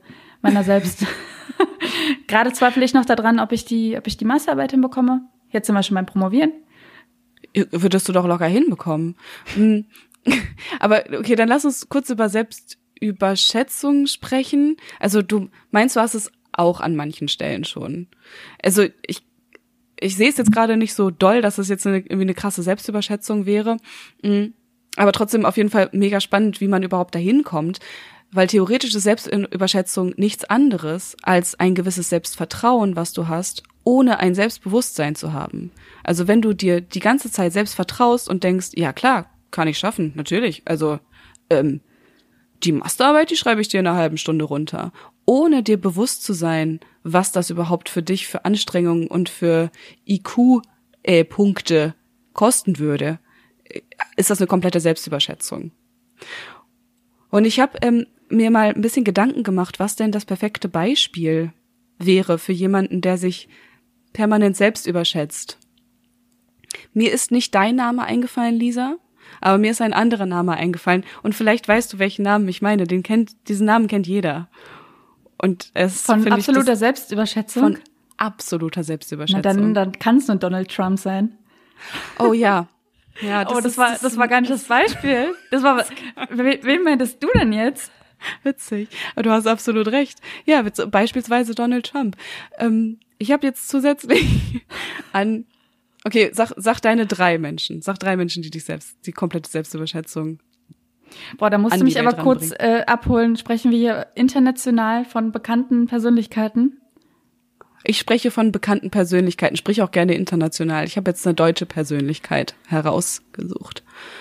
meiner selbst. Gerade zweifle ich noch daran, ob ich die, ob ich die Masterarbeit hinbekomme. Jetzt zum Beispiel beim Promovieren. Würdest du doch locker hinbekommen. Aber okay, dann lass uns kurz über Selbstüberschätzung sprechen. Also du meinst, du hast es auch an manchen Stellen schon. Also ich ich sehe es jetzt gerade nicht so doll, dass es jetzt eine, irgendwie eine krasse Selbstüberschätzung wäre. Aber trotzdem auf jeden Fall mega spannend, wie man überhaupt dahin kommt. Weil theoretisch ist Selbstüberschätzung nichts anderes als ein gewisses Selbstvertrauen, was du hast, ohne ein Selbstbewusstsein zu haben. Also wenn du dir die ganze Zeit selbst vertraust und denkst, ja klar, kann ich schaffen, natürlich. Also ähm, die Masterarbeit, die schreibe ich dir in einer halben Stunde runter. Ohne dir bewusst zu sein, was das überhaupt für dich für Anstrengungen und für I Q-Punkte kosten würde, ist das eine komplette Selbstüberschätzung. Und ich habe ähm, mir mal ein bisschen Gedanken gemacht, was denn das perfekte Beispiel wäre für jemanden, der sich permanent selbst überschätzt. Mir ist nicht dein Name eingefallen, Lisa, aber mir ist ein anderer Name eingefallen. Und vielleicht weißt du, welchen Namen ich meine. Den kennt, diesen Namen kennt jeder. Und es von absoluter ich, Selbstüberschätzung? Von absoluter Selbstüberschätzung. Na dann, dann kann es nur Donald Trump sein. Oh ja. Ja, das oh, das ist, war, das, das war gar nicht das Beispiel. Das war, we, wen meintest du denn jetzt? Witzig. Aber du hast absolut recht. Ja, beispielsweise Donald Trump. Ähm, ich habe jetzt zusätzlich an, okay, sag, sag deine drei Menschen. Sag drei Menschen, die dich selbst, die komplette Selbstüberschätzung. Boah, da musst du mich aber kurz äh, abholen. Sprechen wir hier international von bekannten Persönlichkeiten? Ich spreche von bekannten Persönlichkeiten, sprich auch gerne international. Ich habe jetzt eine deutsche Persönlichkeit herausgesucht.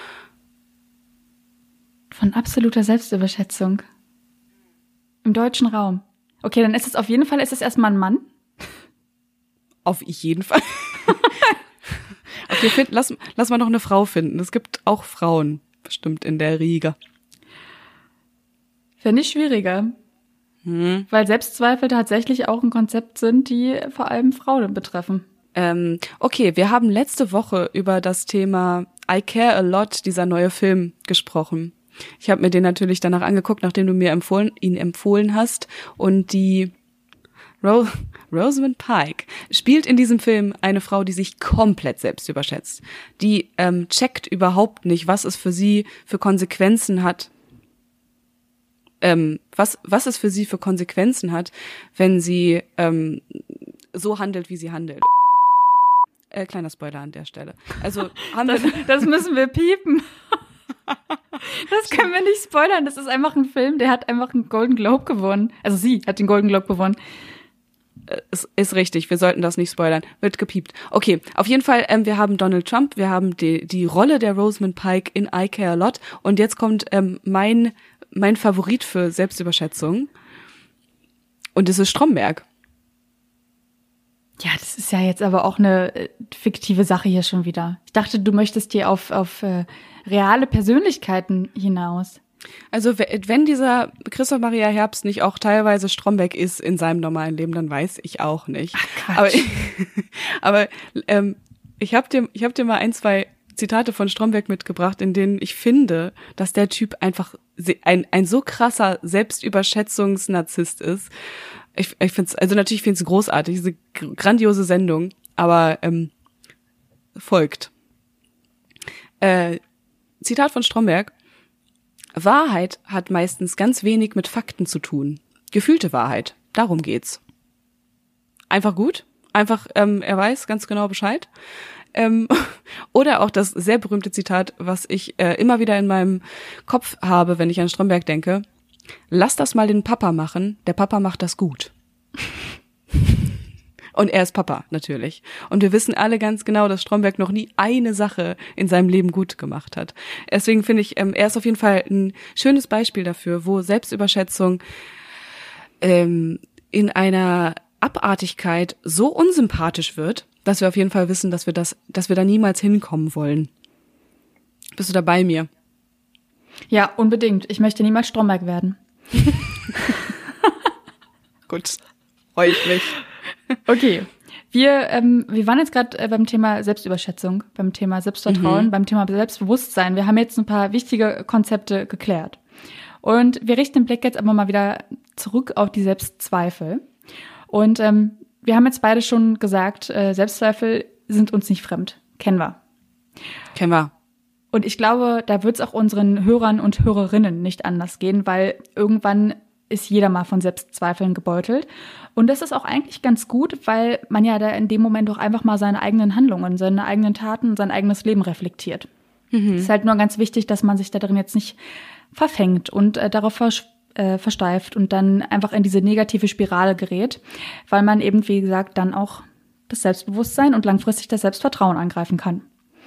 Von absoluter Selbstüberschätzung. Im deutschen Raum. Okay, dann ist es auf jeden Fall, ist es erstmal ein Mann? Auf jeden Fall. Okay, find, lass, lass mal noch eine Frau finden. Es gibt auch Frauen bestimmt in der Riege. Finde ich schwieriger. Hm. Weil Selbstzweifel tatsächlich auch ein Konzept sind, die vor allem Frauen betreffen. Ähm, okay, wir haben letzte Woche über das Thema I Care a Lot, dieser neue Film, gesprochen. Ich habe mir den natürlich danach angeguckt, nachdem du mir empfohlen, ihn empfohlen hast. Und die Ro- Rosamund Pike spielt in diesem Film eine Frau, die sich komplett selbst überschätzt. Die ähm, checkt überhaupt nicht, was es für sie für Konsequenzen hat, Ähm, was was es für sie für Konsequenzen hat, wenn sie ähm, so handelt, wie sie handelt. Äh, kleiner Spoiler an der Stelle. Also haben das, wir das müssen wir piepen. Das können wir nicht spoilern. Das ist einfach ein Film, der hat einfach einen Golden Globe gewonnen. Also sie hat den Golden Globe gewonnen. Es ist richtig, wir sollten das nicht spoilern. Wird gepiept. Okay, auf jeden Fall, ähm, wir haben Donald Trump, wir haben die die Rolle der Rosamund Pike in I Care a Lot und jetzt kommt ähm, mein mein Favorit für Selbstüberschätzung und es ist Stromberg. Ja, das ist ja jetzt aber auch eine äh, fiktive Sache hier schon wieder. Ich dachte, du möchtest hier auf auf äh, reale Persönlichkeiten hinaus. Also wenn dieser Christoph Maria Herbst nicht auch teilweise Stromberg ist in seinem normalen Leben, dann weiß ich auch nicht. Ach, aber aber ähm, ich habe dir ich habe dir mal ein, zwei Zitate von Stromberg mitgebracht, in denen ich finde, dass der Typ einfach ein ein so krasser Selbstüberschätzungsnarzisst ist. Ich, ich finde es, also natürlich finde ich es großartig, diese grandiose Sendung, aber ähm, folgt. Äh, Zitat von Stromberg: Wahrheit hat meistens ganz wenig mit Fakten zu tun. Gefühlte Wahrheit, darum geht's. Einfach gut, einfach, ähm, er weiß ganz genau Bescheid. Ähm, oder auch das sehr berühmte Zitat, was ich äh, immer wieder in meinem Kopf habe, wenn ich an Stromberg denke: Lass das mal den Papa machen, der Papa macht das gut. Und er ist Papa, natürlich. Und wir wissen alle ganz genau, dass Stromberg noch nie eine Sache in seinem Leben gut gemacht hat. Deswegen finde ich, ähm, er ist auf jeden Fall ein schönes Beispiel dafür, wo Selbstüberschätzung ähm, in einer Abartigkeit so unsympathisch wird, dass wir auf jeden Fall wissen, dass wir das, dass wir da niemals hinkommen wollen. Bist du da bei mir? Ja, unbedingt. Ich möchte niemals Stromberg werden. Gut, freue ich mich. Okay, wir ähm, wir waren jetzt gerade äh, beim Thema Selbstüberschätzung, beim Thema Selbstvertrauen, mhm. beim Thema Selbstbewusstsein. Wir haben jetzt ein paar wichtige Konzepte geklärt. Und wir richten den Blick jetzt aber mal wieder zurück auf die Selbstzweifel. Und ähm, wir haben jetzt beide schon gesagt, äh, Selbstzweifel sind uns nicht fremd. Kennen wir. Kennen wir. Und ich glaube, da wird es auch unseren Hörern und Hörerinnen nicht anders gehen, weil irgendwann ist jeder mal von Selbstzweifeln gebeutelt. Und das ist auch eigentlich ganz gut, weil man ja da in dem Moment auch einfach mal seine eigenen Handlungen, seine eigenen Taten, sein eigenes Leben reflektiert. Mhm. Es ist halt nur ganz wichtig, dass man sich da drin jetzt nicht verfängt und äh, darauf vers- äh, versteift und dann einfach in diese negative Spirale gerät, weil man eben, wie gesagt, dann auch das Selbstbewusstsein und langfristig das Selbstvertrauen angreifen kann.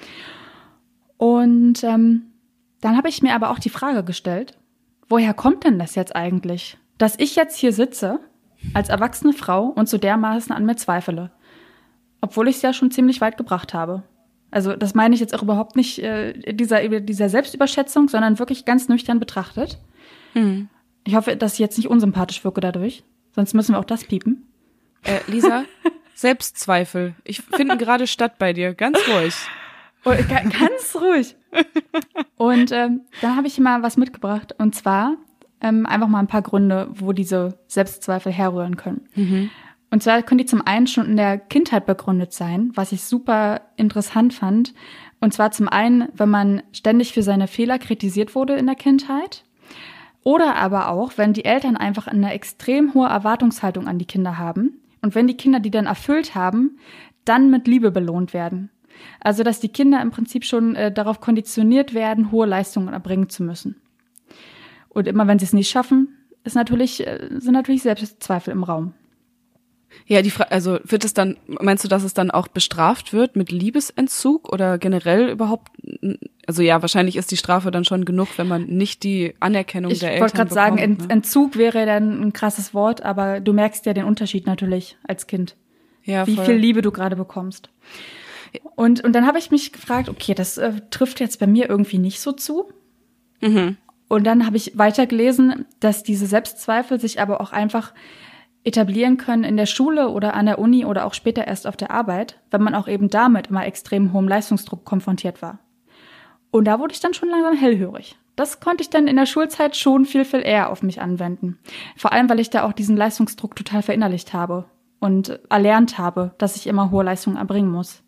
Und ähm, dann habe ich mir aber auch die Frage gestellt, woher kommt denn das jetzt eigentlich, dass ich jetzt hier sitze als erwachsene Frau und so dermaßen an mir zweifle, obwohl ich es ja schon ziemlich weit gebracht habe. Also das meine ich jetzt auch überhaupt nicht äh, dieser, dieser Selbstüberschätzung, sondern wirklich ganz nüchtern betrachtet. Hm. Ich hoffe, dass ich jetzt nicht unsympathisch wirke dadurch, sonst müssen wir auch das piepen. Äh, Lisa, Selbstzweifel. Ich finde gerade statt bei dir, ganz ruhig. Oh, ganz ruhig. Und ähm, dann habe ich mal was mitgebracht. Und zwar ähm, einfach mal ein paar Gründe, wo diese Selbstzweifel herrühren können. Mhm. Und zwar können die zum einen schon in der Kindheit begründet sein, was ich super interessant fand. Und zwar zum einen, wenn man ständig für seine Fehler kritisiert wurde in der Kindheit. Oder aber auch, wenn die Eltern einfach eine extrem hohe Erwartungshaltung an die Kinder haben. Und wenn die Kinder die dann erfüllt haben, dann mit Liebe belohnt werden. Also, dass die Kinder im Prinzip schon äh, darauf konditioniert werden, hohe Leistungen erbringen zu müssen. Und immer wenn sie es nicht schaffen, ist natürlich, äh, sind natürlich Selbstzweifel im Raum. Ja, die Frage, also wird es dann, meinst du, dass es dann auch bestraft wird mit Liebesentzug oder generell überhaupt? Also ja, wahrscheinlich ist die Strafe dann schon genug, wenn man nicht die Anerkennung ich der Eltern bekommt. Ich wollte gerade sagen, ne? Entzug wäre dann ein krasses Wort, aber du merkst ja den Unterschied natürlich als Kind. Ja, wie voll. viel Liebe du gerade bekommst. Und, und dann habe ich mich gefragt, okay, das äh, trifft jetzt bei mir irgendwie nicht so zu. Mhm. Und dann habe ich weitergelesen, dass diese Selbstzweifel sich aber auch einfach etablieren können in der Schule oder an der Uni oder auch später erst auf der Arbeit, wenn man auch eben damit immer extrem hohem Leistungsdruck konfrontiert war. Und da wurde ich dann schon langsam hellhörig. Das konnte ich dann in der Schulzeit schon viel, viel eher auf mich anwenden. Vor allem, weil ich da auch diesen Leistungsdruck total verinnerlicht habe und erlernt habe, dass ich immer hohe Leistungen erbringen muss.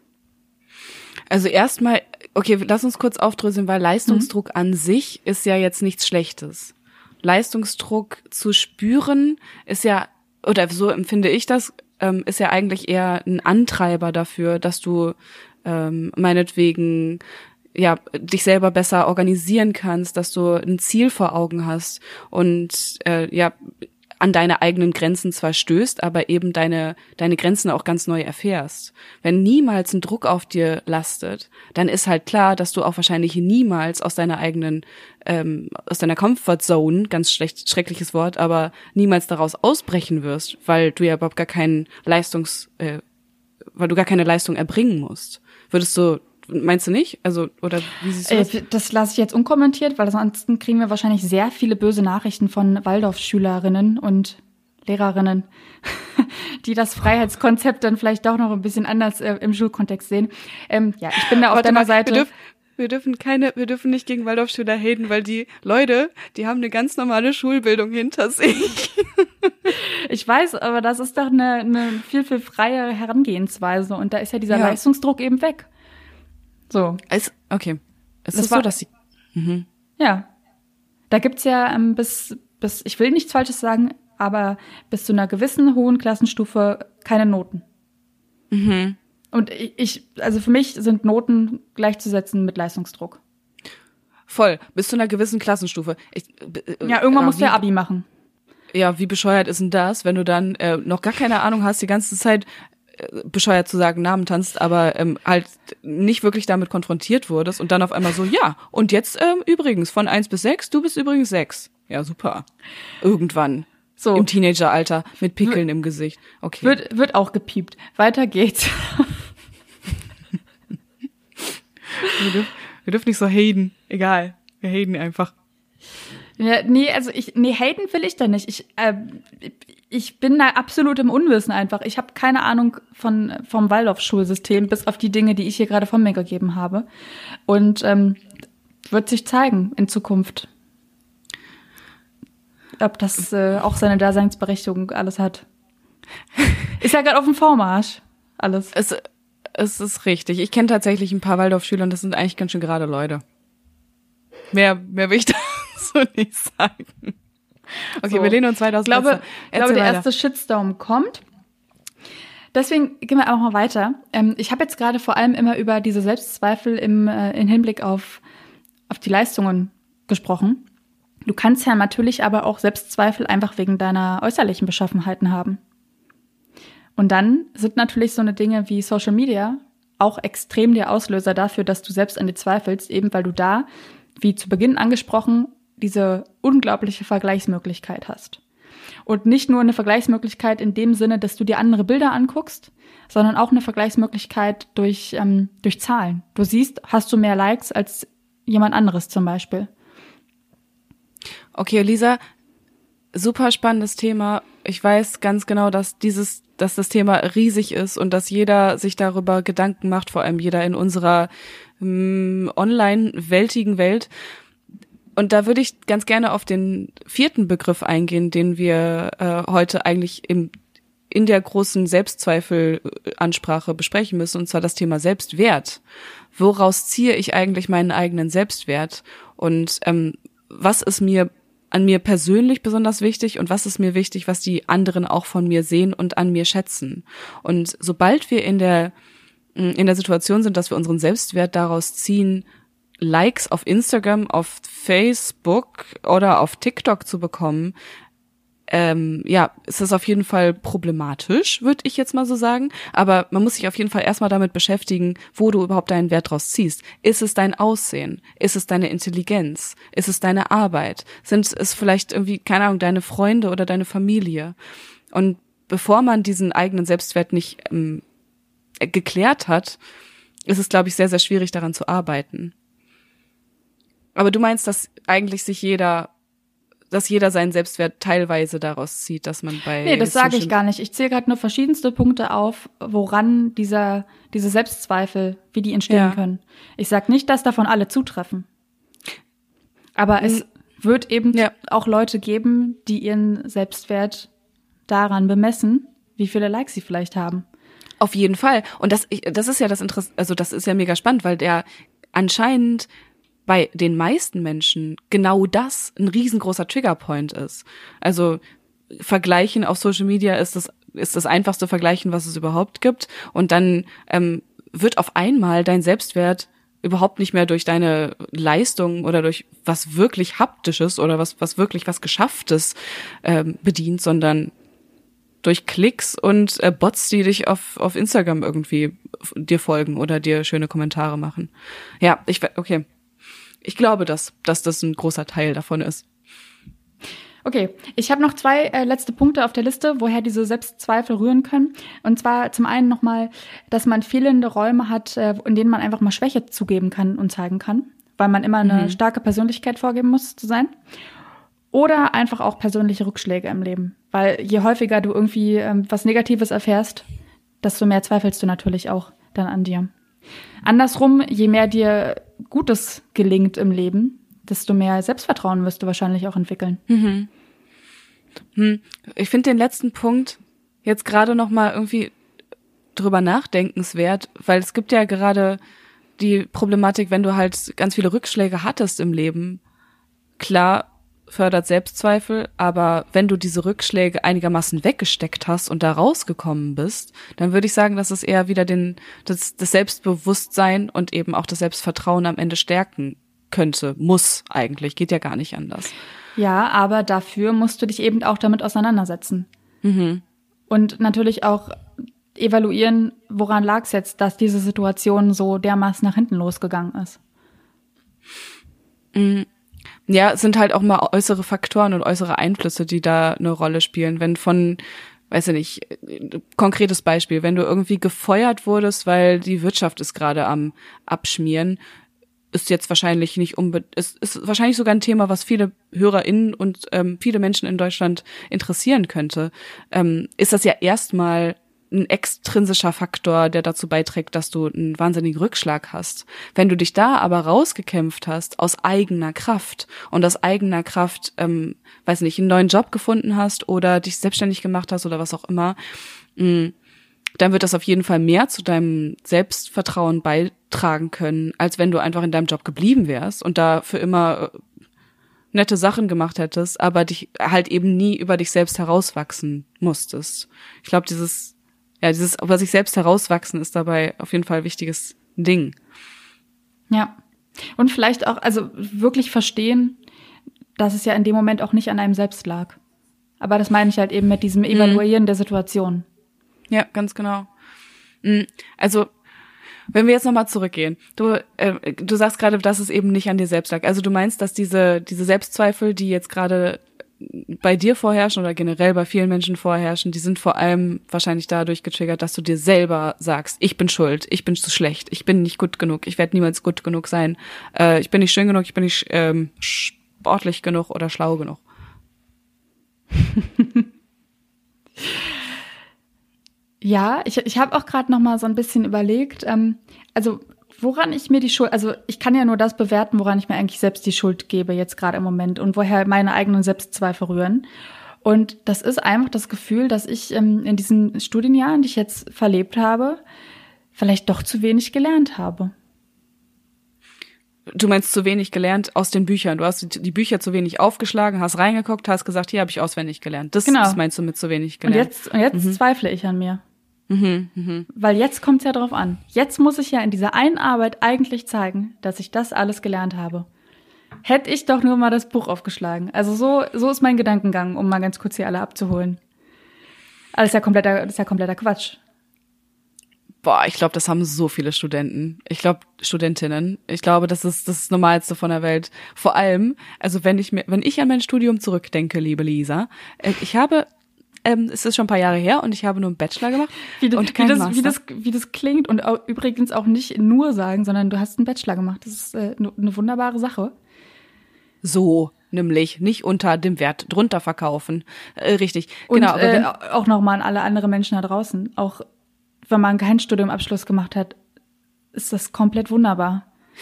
Also erstmal, okay, lass uns kurz aufdröseln, weil Leistungsdruck mhm. an sich ist ja jetzt nichts Schlechtes. Leistungsdruck zu spüren ist ja, oder so empfinde ich das, ähm, ist ja eigentlich eher ein Antreiber dafür, dass du ähm, meinetwegen ja dich selber besser organisieren kannst, dass du ein Ziel vor Augen hast und äh, ja an deine eigenen Grenzen zwar stößt, aber eben deine deine Grenzen auch ganz neu erfährst. Wenn niemals ein Druck auf dir lastet, dann ist halt klar, dass du auch wahrscheinlich niemals aus deiner eigenen, ähm, aus deiner Comfort Zone, ganz schlecht, schreckliches Wort, aber niemals daraus ausbrechen wirst, weil du ja überhaupt gar keinen Leistungs, äh, weil du gar keine Leistung erbringen musst. Würdest du Meinst du nicht? Also, oder wie siehst du das? Äh, das lasse ich jetzt unkommentiert, weil ansonsten kriegen wir wahrscheinlich sehr viele böse Nachrichten von Waldorfschülerinnen und Lehrerinnen, die das Freiheitskonzept dann vielleicht doch noch ein bisschen anders äh, im Schulkontext sehen. Ähm, ja, ich bin da auf Warte deiner mal, Seite. Wir, dürf, wir dürfen keine, wir dürfen nicht gegen Waldorfschüler haten, weil die Leute, die haben eine ganz normale Schulbildung hinter sich. Ich weiß, aber das ist doch eine, eine viel, viel freie Herangehensweise und da ist ja dieser ja. Leistungsdruck eben weg. So. Es, okay. Es das ist war, so, dass sie. Mhm. Ja. Da gibt's ja ähm, bis, bis, ich will nichts Falsches sagen, aber bis zu einer gewissen hohen Klassenstufe keine Noten. Mhm. Und ich, ich, also für mich sind Noten gleichzusetzen mit Leistungsdruck. Voll. Bis zu einer gewissen Klassenstufe. Ich, äh, ja, irgendwann musst du ja Abi machen. Ja, wie bescheuert ist denn das, wenn du dann äh, noch gar keine Ahnung hast, die ganze Zeit bescheuert zu sagen, Namen tanzt, aber ähm, halt nicht wirklich damit konfrontiert wurdest und dann auf einmal so, ja, und jetzt ähm, übrigens von eins bis sechs, du bist übrigens sechs. Ja, super. Irgendwann. So. Im Teenageralter mit Pickeln w- im Gesicht. Okay. Wird, wird auch gepiept. Weiter geht's. wir, dürf, wir dürfen nicht so haten. Egal. Wir haten einfach. Ja, nee, also ich, nee, haten will ich da nicht. Ich, äh, ich bin da absolut im Unwissen einfach. Ich habe keine Ahnung von vom Waldorf-Schulsystem, bis auf die Dinge, die ich hier gerade von mir gegeben habe. Und ähm, wird sich zeigen in Zukunft. ob das äh, auch seine Daseinsberechtigung alles hat. Ist ja gerade auf dem Vormarsch, alles. Es, es ist richtig. Ich kenne tatsächlich ein paar Waldorfschüler und das sind eigentlich ganz schön gerade Leute. Mehr, mehr will ich dazu nicht sagen. Okay, so. Wir lehnen uns weiter aus. Ich glaube, ich glaube der erste Shitstorm kommt. Deswegen gehen wir einfach mal weiter. Ähm, ich habe jetzt gerade vor allem immer über diese Selbstzweifel im, äh, im Hinblick auf, auf die Leistungen gesprochen. Du kannst ja natürlich aber auch Selbstzweifel einfach wegen deiner äußerlichen Beschaffenheiten haben. Und dann sind natürlich so eine Dinge wie Social Media auch extrem der Auslöser dafür, dass du selbst an dir zweifelst, eben weil du da, wie zu Beginn angesprochen, diese unglaubliche Vergleichsmöglichkeit hast. Und nicht nur eine Vergleichsmöglichkeit in dem Sinne, dass du dir andere Bilder anguckst, sondern auch eine Vergleichsmöglichkeit durch, ähm, durch Zahlen. Du siehst, hast du mehr Likes als jemand anderes zum Beispiel. Okay, Lisa, super spannendes Thema. Ich weiß ganz genau, dass dieses, dass das Thema riesig ist und dass jeder sich darüber Gedanken macht, vor allem jeder in unserer ähm, online-weltigen Welt. Und da würde ich ganz gerne auf den vierten Begriff eingehen, den wir äh, heute eigentlich im, in der großen Selbstzweifel-Ansprache besprechen müssen, und zwar das Thema Selbstwert. Woraus ziehe ich eigentlich meinen eigenen Selbstwert? Und ähm, was ist mir an mir persönlich besonders wichtig und was ist mir wichtig, was die anderen auch von mir sehen und an mir schätzen? Und sobald wir in der in der Situation sind, dass wir unseren Selbstwert daraus ziehen, Likes auf Instagram, auf Facebook oder auf TikTok zu bekommen, ähm, ja, ist das auf jeden Fall problematisch, würde ich jetzt mal so sagen. Aber man muss sich auf jeden Fall erstmal damit beschäftigen, wo du überhaupt deinen Wert draus ziehst. Ist es dein Aussehen? Ist es deine Intelligenz? Ist es deine Arbeit? Sind es vielleicht irgendwie, keine Ahnung, deine Freunde oder deine Familie? Und bevor man diesen eigenen Selbstwert nicht ähm, geklärt hat, ist es, glaube ich, sehr, sehr schwierig, daran zu arbeiten. Aber du meinst, dass eigentlich sich jeder, dass jeder seinen Selbstwert teilweise daraus zieht, dass man bei... Nee, das sage ich gar nicht. Ich zähle gerade nur verschiedenste Punkte auf, woran dieser diese Selbstzweifel, wie die entstehen ja. können. Ich sage nicht, dass davon alle zutreffen. Aber es wird eben ja. auch Leute geben, die ihren Selbstwert daran bemessen, wie viele Likes sie vielleicht haben. Auf jeden Fall. Und das, das ist ja das Interesse, also das ist ja mega spannend, weil der anscheinend bei den meisten Menschen genau das ein riesengroßer Triggerpoint ist. Also Vergleichen auf Social Media ist das ist das einfachste Vergleichen, was es überhaupt gibt. Und dann ähm, wird auf einmal dein Selbstwert überhaupt nicht mehr durch deine Leistung oder durch was wirklich Haptisches oder was was wirklich was Geschafftes ähm, bedient, sondern durch Klicks und äh, Bots, die dich auf auf Instagram irgendwie dir folgen oder dir schöne Kommentare machen. Ja, ich okay. Ich glaube, dass, dass das ein großer Teil davon ist. Okay, ich habe noch zwei äh, letzte Punkte auf der Liste, woher diese Selbstzweifel rühren können. Und zwar zum einen nochmal, dass man fehlende Räume hat, äh, in denen man einfach mal Schwäche zugeben kann und zeigen kann, weil man immer eine mhm. starke Persönlichkeit vorgeben muss zu sein. Oder einfach auch persönliche Rückschläge im Leben. Weil je häufiger du irgendwie ähm, was Negatives erfährst, desto mehr zweifelst du natürlich auch dann an dir. Andersrum, je mehr dir Gutes gelingt im Leben, desto mehr Selbstvertrauen wirst du wahrscheinlich auch entwickeln. Mhm. Hm. Ich finde den letzten Punkt jetzt gerade noch mal irgendwie drüber nachdenkenswert, weil es gibt ja gerade die Problematik, wenn du halt ganz viele Rückschläge hattest im Leben, klar fördert Selbstzweifel, aber wenn du diese Rückschläge einigermaßen weggesteckt hast und da rausgekommen bist, dann würde ich sagen, dass es eher wieder den das, das Selbstbewusstsein und eben auch das Selbstvertrauen am Ende stärken könnte, muss eigentlich, geht ja gar nicht anders. Ja, aber dafür musst du dich eben auch damit auseinandersetzen. Mhm. Und natürlich auch evaluieren, woran lag es jetzt, dass diese Situation so dermaßen nach hinten losgegangen ist. Mhm. Ja, es sind halt auch mal äußere Faktoren und äußere Einflüsse, die da eine Rolle spielen. Wenn von, weiß ich nicht, konkretes Beispiel, wenn du irgendwie gefeuert wurdest, weil die Wirtschaft ist gerade am Abschmieren, ist jetzt wahrscheinlich nicht unbedingt, ist, ist wahrscheinlich sogar ein Thema, was viele HörerInnen und ähm, viele Menschen in Deutschland interessieren könnte, ähm, ist das ja erstmal ein extrinsischer Faktor, der dazu beiträgt, dass du einen wahnsinnigen Rückschlag hast. Wenn du dich da aber rausgekämpft hast, aus eigener Kraft und aus eigener Kraft, ähm, weiß nicht, einen neuen Job gefunden hast oder dich selbstständig gemacht hast oder was auch immer, mh, dann wird das auf jeden Fall mehr zu deinem Selbstvertrauen beitragen können, als wenn du einfach in deinem Job geblieben wärst und da für immer äh, nette Sachen gemacht hättest, aber dich halt eben nie über dich selbst herauswachsen musstest. Ich glaube, dieses, ja, dieses über sich selbst herauswachsen ist dabei auf jeden Fall ein wichtiges Ding. Ja. Und vielleicht auch, also wirklich verstehen, dass es ja in dem Moment auch nicht an einem selbst lag. Aber das meine ich halt eben mit diesem Evaluieren mhm. der Situation. Ja, ganz genau. Also, wenn wir jetzt nochmal zurückgehen, du, äh, du sagst gerade, dass es eben nicht an dir selbst lag. Also du meinst, dass diese, diese Selbstzweifel, die jetzt gerade bei dir vorherrschen oder generell bei vielen Menschen vorherrschen, die sind vor allem wahrscheinlich dadurch getriggert, dass du dir selber sagst, ich bin schuld, ich bin zu schlecht, ich bin nicht gut genug, ich werde niemals gut genug sein, äh, ich bin nicht schön genug, ich bin nicht ähm, sportlich genug oder schlau genug. Ja, ich, ich habe auch gerade noch mal so ein bisschen überlegt, ähm, also woran ich mir die Schuld, also ich kann ja nur das bewerten, woran ich mir eigentlich selbst die Schuld gebe jetzt gerade im Moment und woher meine eigenen Selbstzweifel rühren. Und das ist einfach das Gefühl, dass ich ähm, in diesen Studienjahren, die ich jetzt verlebt habe, vielleicht doch zu wenig gelernt habe. Du meinst zu wenig gelernt aus den Büchern. Du hast die Bücher zu wenig aufgeschlagen, hast reingeguckt, hast gesagt, hier habe ich auswendig gelernt. Das, genau. Das meinst du mit zu wenig gelernt. Und jetzt, und jetzt mhm. zweifle ich an mir. Mhm, mh. Weil jetzt kommt's ja drauf an. Jetzt muss ich ja in dieser einen Arbeit eigentlich zeigen, dass ich das alles gelernt habe. Hätte ich doch nur mal das Buch aufgeschlagen. Also so, so ist mein Gedankengang, um mal ganz kurz hier alle abzuholen. Alles ja kompletter, das ist ja kompletter Quatsch. Boah, ich glaube, das haben so viele Studenten. Ich glaube, Studentinnen. Ich glaube, das ist das Normalste von der Welt. Vor allem, also wenn ich mir, wenn ich an mein Studium zurückdenke, liebe Lisa, ich habe Ähm, es ist schon ein paar Jahre her und ich habe nur einen Bachelor gemacht wie das, und keinen wie das, Master. Wie das, wie das klingt und auch, übrigens auch nicht nur sagen, sondern du hast einen Bachelor gemacht. Das ist äh, eine wunderbare Sache. So, nämlich nicht unter dem Wert drunter verkaufen. Äh, richtig, und, genau. Aber äh, wenn, auch nochmal an alle anderen Menschen da draußen. Auch wenn man keinen Studiumabschluss gemacht hat, ist das komplett wunderbar.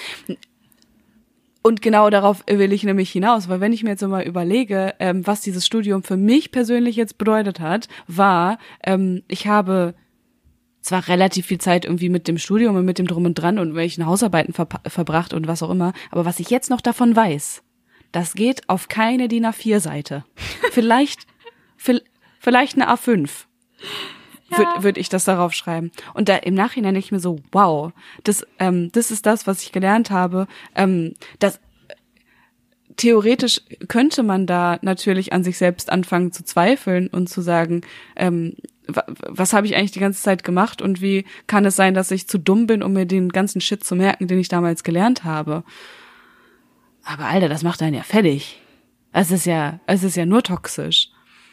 Und genau darauf will ich nämlich hinaus, weil wenn ich mir jetzt so mal überlege, ähm, was dieses Studium für mich persönlich jetzt bedeutet hat, war, ähm, ich habe zwar relativ viel Zeit irgendwie mit dem Studium und mit dem Drum und Dran und welchen Hausarbeiten ver- verbracht und was auch immer, aber was ich jetzt noch davon weiß, das geht auf keine D I N A vier Seite. Vielleicht, vielleicht eine A fünf. Ja. Würde würd ich das darauf schreiben. Und da im Nachhinein denke ich mir so, wow, das, ähm, das ist das, was ich gelernt habe. Ähm, das, theoretisch könnte man da natürlich an sich selbst anfangen zu zweifeln und zu sagen, ähm, was habe ich eigentlich die ganze Zeit gemacht und wie kann es sein, dass ich zu dumm bin, um mir den ganzen Shit zu merken, den ich damals gelernt habe. Aber Alter, das macht einen ja fertig. Es ist ja, es ist ja nur toxisch.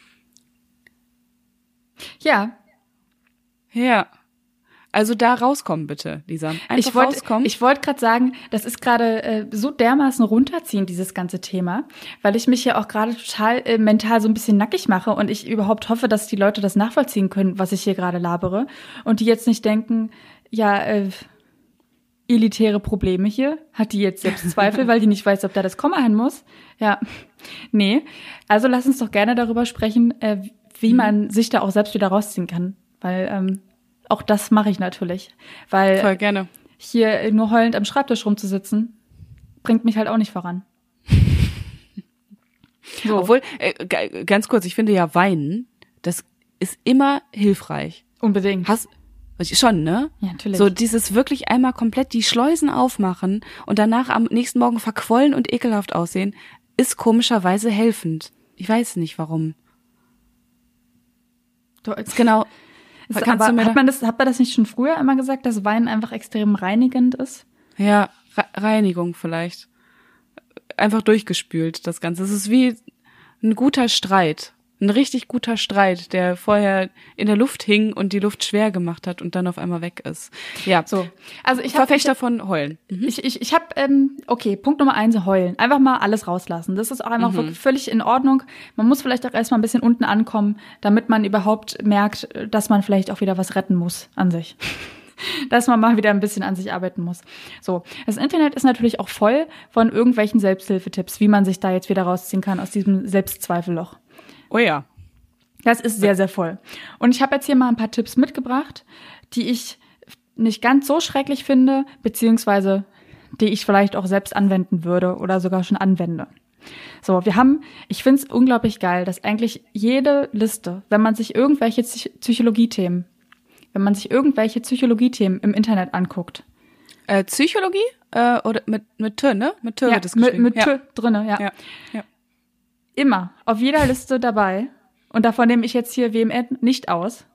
Ja. Ja. Also da rauskommen bitte, Lisa. Einfach ich wollt, rauskommen. Ich wollte gerade sagen, das ist gerade äh, so dermaßen runterziehen, dieses ganze Thema, weil ich mich ja auch gerade total äh, mental so ein bisschen nackig mache und ich überhaupt hoffe, dass die Leute das nachvollziehen können, was ich hier gerade labere und die jetzt nicht denken, ja, äh, elitäre Probleme hier, hat die jetzt Selbstzweifel, weil die nicht weiß, ob da das Komma hin muss. Ja, nee. Also lass uns doch gerne darüber sprechen, äh, wie mhm. man sich da auch selbst wieder rausziehen kann, weil ähm, auch das mache ich natürlich, weil voll gerne. Hier nur heulend am Schreibtisch rumzusitzen, bringt mich halt auch nicht voran. So. Obwohl, äh, g- ganz kurz, ich finde ja Weinen, das ist immer hilfreich. Unbedingt. Hast schon, ne? Ja, natürlich. So dieses wirklich einmal komplett die Schleusen aufmachen und danach am nächsten Morgen verquollen und ekelhaft aussehen, ist komischerweise helfend. Ich weiß nicht warum. Du, ist genau. Ist, aber hat man das, hat man das nicht schon früher immer gesagt, dass Weinen einfach extrem reinigend ist? Ja, Re- Reinigung vielleicht. Einfach durchgespült, das Ganze. Es ist wie ein guter Streit. Ein richtig guter Streit, der vorher in der Luft hing und die Luft schwer gemacht hat und dann auf einmal weg ist. Ja, So, also ich Verfechter habe von Heulen. Mhm. ich ich ich habe ähm, okay, Punkt Nummer eins, heulen. Einfach mal alles rauslassen. Das ist auch einfach Mhm. wirklich völlig in Ordnung. Man muss vielleicht auch erstmal ein bisschen unten ankommen, damit man überhaupt merkt, dass man vielleicht auch wieder was retten muss an sich. Dass man mal wieder ein bisschen an sich arbeiten muss. So, das Internet ist natürlich auch voll von irgendwelchen Selbsthilfetipps, wie man sich da jetzt wieder rausziehen kann aus diesem Selbstzweifelloch. Oh ja. Das ist sehr, sehr voll. Und ich habe jetzt hier mal ein paar Tipps mitgebracht, die ich nicht ganz so schrecklich finde, beziehungsweise die ich vielleicht auch selbst anwenden würde oder sogar schon anwende. So, wir haben, ich finde es unglaublich geil, dass eigentlich jede Liste, wenn man sich irgendwelche Psych- Psychologie-Themen, wenn man sich irgendwelche Psychologie-Themen im Internet anguckt. Äh, Psychologie? Äh, oder mit, mit T, ne? Mit T Ja, wird es mit, geschrieben. mit ja. T drinne, ja. Ja. Ja. Immer auf jeder Liste dabei. Und davon nehme ich jetzt hier W M N nicht aus.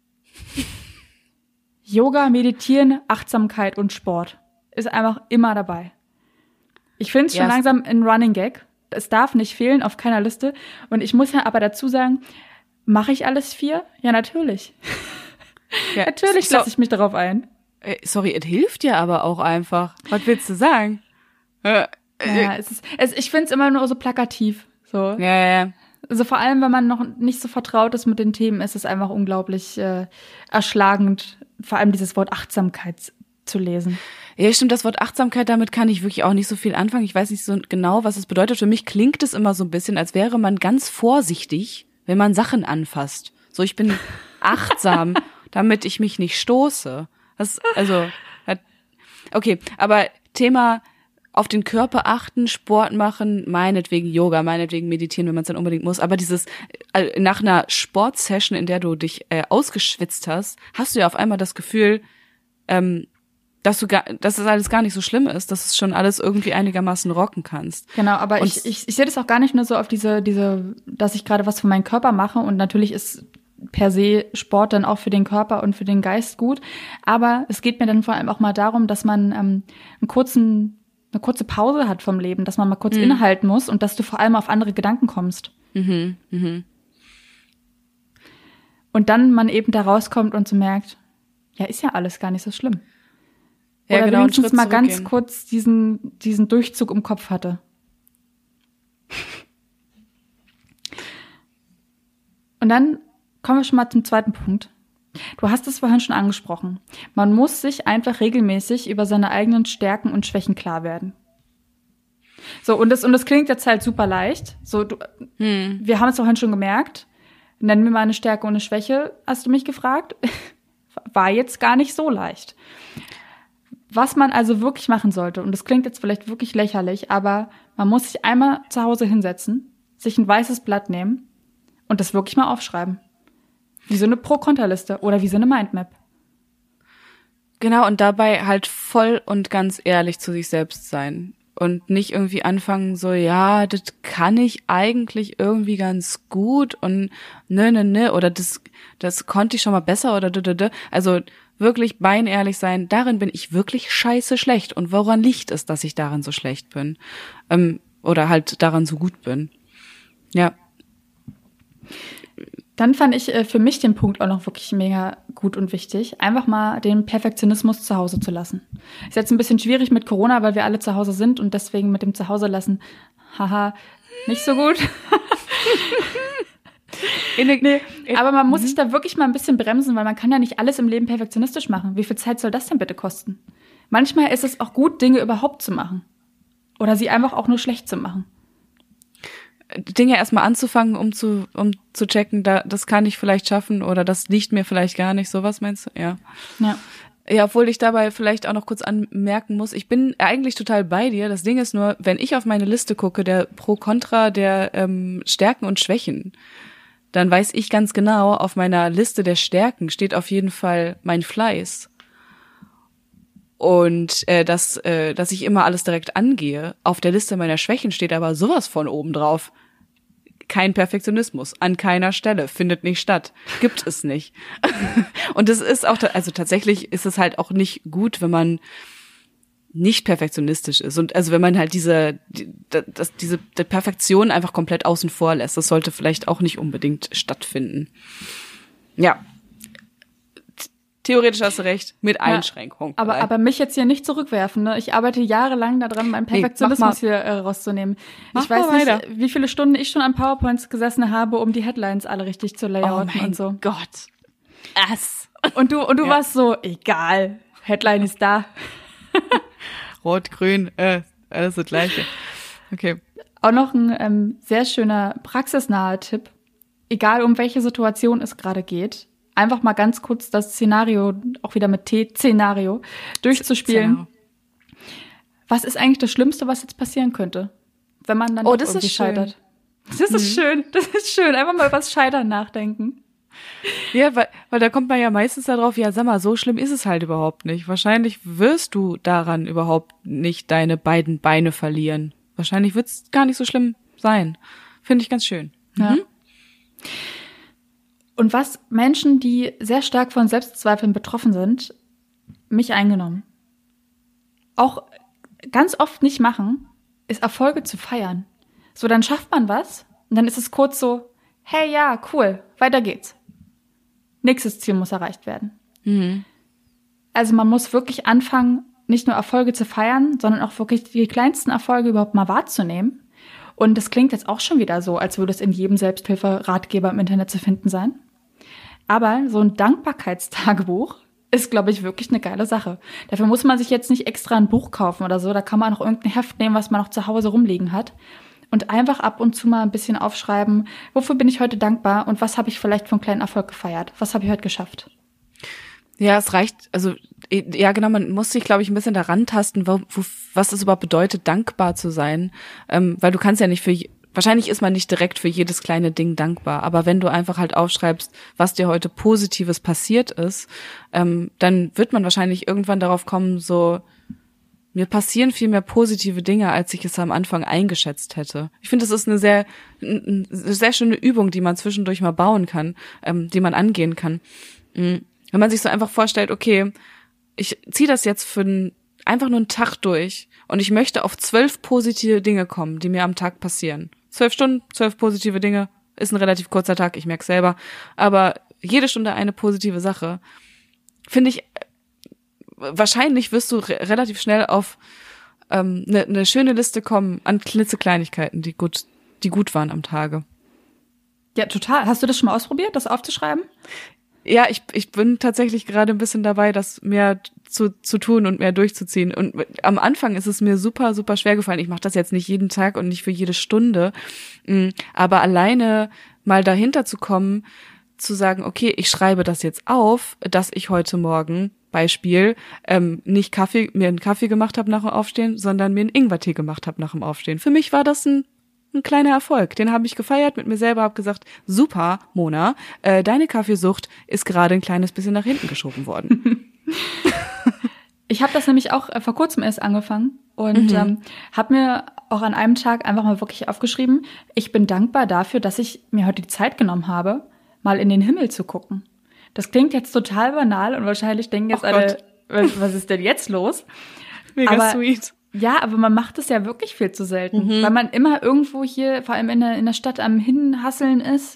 Yoga, Meditieren, Achtsamkeit und Sport ist einfach immer dabei. Ich finde es schon Ja, es- langsam ein Running Gag. Es darf nicht fehlen auf keiner Liste. Und ich muss ja aber dazu sagen, mache ich alles vier? Ja, natürlich. Ja. Natürlich So, lasse ich mich darauf ein. äh, sorry, es hilft ja aber auch einfach. Was willst du sagen? Äh, äh, Ja, es ist, es, ich finde es immer nur so plakativ. So. ja, ja, ja. Also vor allem, wenn man noch nicht so vertraut ist mit den Themen, ist es einfach unglaublich äh, erschlagend, vor allem dieses Wort Achtsamkeit zu lesen. Ja, stimmt, das Wort Achtsamkeit, damit kann ich wirklich auch nicht so viel anfangen. Ich weiß nicht so genau, was es bedeutet. Für mich klingt es immer so ein bisschen, als wäre man ganz vorsichtig, wenn man Sachen anfasst. So, ich bin achtsam, damit ich mich nicht stoße. Das, also, hat- okay, aber Thema auf den Körper achten, Sport machen, meinetwegen Yoga, meinetwegen meditieren, wenn man es dann unbedingt muss. Aber dieses, äh, nach einer Sportsession, in der du dich äh, ausgeschwitzt hast, hast du ja auf einmal das Gefühl, ähm, dass du gar, dass das alles gar nicht so schlimm ist, dass es schon alles irgendwie einigermaßen rocken kannst. Genau, aber Und- ich, ich, ich sehe das auch gar nicht nur so auf diese, diese, dass ich gerade was für meinen Körper mache und natürlich ist per se Sport dann auch für den Körper und für den Geist gut. Aber es geht mir dann vor allem auch mal darum, dass man ähm, einen kurzen, eine kurze Pause hat vom Leben, dass man mal kurz Mhm. innehalten muss und dass du vor allem auf andere Gedanken kommst. Mhm, mhm. Und dann man eben da rauskommt und so merkt, ja, ist ja alles gar nicht so schlimm. Ja, Oder genau, einen wenigstens Schritt mal ganz zurückgehen. kurz diesen, diesen Durchzug im Kopf hatte. Und dann kommen wir schon mal zum zweiten Punkt. Du hast es vorhin schon angesprochen. Man muss sich einfach regelmäßig über seine eigenen Stärken und Schwächen klar werden. So, und das, und das klingt jetzt halt super leicht. So, du, Hm. wir haben es vorhin schon gemerkt. Nenn mir mal eine Stärke und eine Schwäche, hast du mich gefragt. War jetzt gar nicht so leicht. Was man also wirklich machen sollte, und das klingt jetzt vielleicht wirklich lächerlich, aber man muss sich einmal zu Hause hinsetzen, sich ein weißes Blatt nehmen und das wirklich mal aufschreiben. Wie so eine Pro-Kontra-Liste oder wie so eine Mindmap. Genau, und dabei halt voll und ganz ehrlich zu sich selbst sein. Und nicht irgendwie anfangen so, ja, das kann ich eigentlich irgendwie ganz gut und ne, ne, ne, oder das, das konnte ich schon mal besser oder d, d, d. Also wirklich beinehrlich sein, darin bin ich wirklich scheiße schlecht. Und woran liegt es, dass ich darin so schlecht bin? Ähm, oder halt daran so gut bin. Ja. Dann fand ich äh, für mich den Punkt auch noch wirklich mega gut und wichtig, einfach mal den Perfektionismus zu Hause zu lassen. Ist jetzt ein bisschen schwierig mit Corona, weil wir alle zu Hause sind und deswegen mit dem Zuhause lassen, haha, nicht so gut. Nee, aber man muss sich da wirklich mal ein bisschen bremsen, weil man kann ja nicht alles im Leben perfektionistisch machen. Wie viel Zeit soll das denn bitte kosten? Manchmal ist es auch gut, Dinge überhaupt zu machen. Oder sie einfach auch nur schlecht zu machen. Dinge erstmal anzufangen, um zu um zu checken, da das kann ich vielleicht schaffen oder das liegt mir vielleicht gar nicht. Sowas meinst du? Ja. Ja. Ja, obwohl ich dabei vielleicht auch noch kurz anmerken muss, ich bin eigentlich total bei dir. Das Ding ist nur, wenn ich auf meine Liste gucke, der Pro-Kontra der ähm, Stärken und Schwächen, dann weiß ich ganz genau, auf meiner Liste der Stärken steht auf jeden Fall mein Fleiß. Und äh, dass, äh, dass ich immer alles direkt angehe. Auf der Liste meiner Schwächen steht aber sowas von oben drauf. Kein Perfektionismus, an keiner Stelle, findet nicht statt, gibt es nicht. Und es ist auch, also tatsächlich ist es halt auch nicht gut, wenn man nicht perfektionistisch ist. Und also wenn man halt diese, die, das, diese die Perfektion einfach komplett außen vor lässt, das sollte vielleicht auch nicht unbedingt stattfinden. Ja. Theoretisch hast du recht, mit Einschränkung. Ja, aber, aber mich jetzt hier nicht zurückwerfen. Ne? Ich arbeite jahrelang daran, meinen Perfektionismus nee, hier äh, rauszunehmen. Mach ich weiß nicht, weiter. Wie viele Stunden ich schon an PowerPoints gesessen habe, um die Headlines alle richtig zu layouten oh mein und so. Gott. Ass. Und du, und du ja. warst so, egal, Headline ist da. Rot, grün, äh, alles das Gleiche. Okay. Auch noch ein ähm, sehr schöner, praxisnaher Tipp. Egal, um welche Situation es gerade geht, einfach mal ganz kurz das Szenario, auch wieder mit T, Szenario, durchzuspielen. Szenario. Was ist eigentlich das Schlimmste, was jetzt passieren könnte, wenn man dann oh, das irgendwie ist scheitert? Das ist mhm. schön, das ist schön. Einfach mal über das Scheitern nachdenken. Ja, weil, weil da kommt man ja meistens darauf, ja, sag mal, so schlimm ist es halt überhaupt nicht. Wahrscheinlich wirst du daran überhaupt nicht deine beiden Beine verlieren. Wahrscheinlich wird es gar nicht so schlimm sein. Finde ich ganz schön. Ja. Mhm. Und was Menschen, die sehr stark von Selbstzweifeln betroffen sind, mich eingenommen, auch ganz oft nicht machen, ist Erfolge zu feiern. So, dann schafft man was und dann ist es kurz so, hey, ja, cool, weiter geht's. Nächstes Ziel muss erreicht werden. Mhm. Also man muss wirklich anfangen, nicht nur Erfolge zu feiern, sondern auch wirklich die kleinsten Erfolge überhaupt mal wahrzunehmen. Und das klingt jetzt auch schon wieder so, als würde es in jedem Selbsthilfe-Ratgeber im Internet zu finden sein. Aber so ein Dankbarkeitstagebuch ist, glaube ich, wirklich eine geile Sache. Dafür muss man sich jetzt nicht extra ein Buch kaufen oder so. Da kann man auch irgendein Heft nehmen, was man noch zu Hause rumliegen hat. Und einfach ab und zu mal ein bisschen aufschreiben, wofür bin ich heute dankbar und was habe ich vielleicht für einen kleinen Erfolg gefeiert? Was habe ich heute geschafft? Ja, es reicht, also ja genau, man muss sich, glaube ich, ein bisschen daran tasten, wo, wo, was es überhaupt bedeutet, dankbar zu sein. Ähm, weil du kannst ja nicht für, wahrscheinlich ist man nicht direkt für jedes kleine Ding dankbar, aber wenn du einfach halt aufschreibst, was dir heute Positives passiert ist, ähm, dann wird man wahrscheinlich irgendwann darauf kommen, so, mir passieren viel mehr positive Dinge, als ich es am Anfang eingeschätzt hätte. Ich finde, das ist eine sehr, eine sehr schöne Übung, die man zwischendurch mal bauen kann, ähm, die man angehen kann. Wenn man sich so einfach vorstellt, okay, ich ziehe das jetzt für einen, einfach nur einen Tag durch und ich möchte auf zwölf positive Dinge kommen, die mir am Tag passieren. Zwölf Stunden, zwölf positive Dinge, ist ein relativ kurzer Tag, ich merke selber, aber jede Stunde eine positive Sache, finde ich, wahrscheinlich wirst du re- relativ schnell auf ähm, eine ne schöne Liste kommen an klitzekleinigkeiten, die gut, die gut waren am Tage. Ja, total. Hast du das schon mal ausprobiert, das aufzuschreiben? Ja, ich ich bin tatsächlich gerade ein bisschen dabei, das mehr zu zu tun und mehr durchzuziehen. Und am Anfang ist es mir super, super schwer gefallen. Ich mache das jetzt nicht jeden Tag und nicht für jede Stunde. Aber alleine mal dahinter zu kommen, zu sagen, okay, ich schreibe das jetzt auf, dass ich heute Morgen, Beispiel, ähm, nicht Kaffee, mir einen Kaffee gemacht habe nach dem Aufstehen, sondern mir einen Ingwertee gemacht habe nach dem Aufstehen. Für mich war das ein ein kleiner Erfolg. Den habe ich gefeiert mit mir selber, habe gesagt, super, Mona, äh, deine Kaffeesucht ist gerade ein kleines bisschen nach hinten geschoben worden. Ich habe das nämlich auch äh, vor kurzem erst angefangen und mhm. ähm, habe mir auch an einem Tag einfach mal wirklich aufgeschrieben, ich bin dankbar dafür, dass ich mir heute die Zeit genommen habe, mal in den Himmel zu gucken. Das klingt jetzt total banal und wahrscheinlich denken jetzt oh alle, was, was ist denn jetzt los? Mega aber, sweet. Ja, aber man macht es ja wirklich viel zu selten, mhm. weil man immer irgendwo hier, vor allem in der, in der Stadt, am Hinhasseln ist.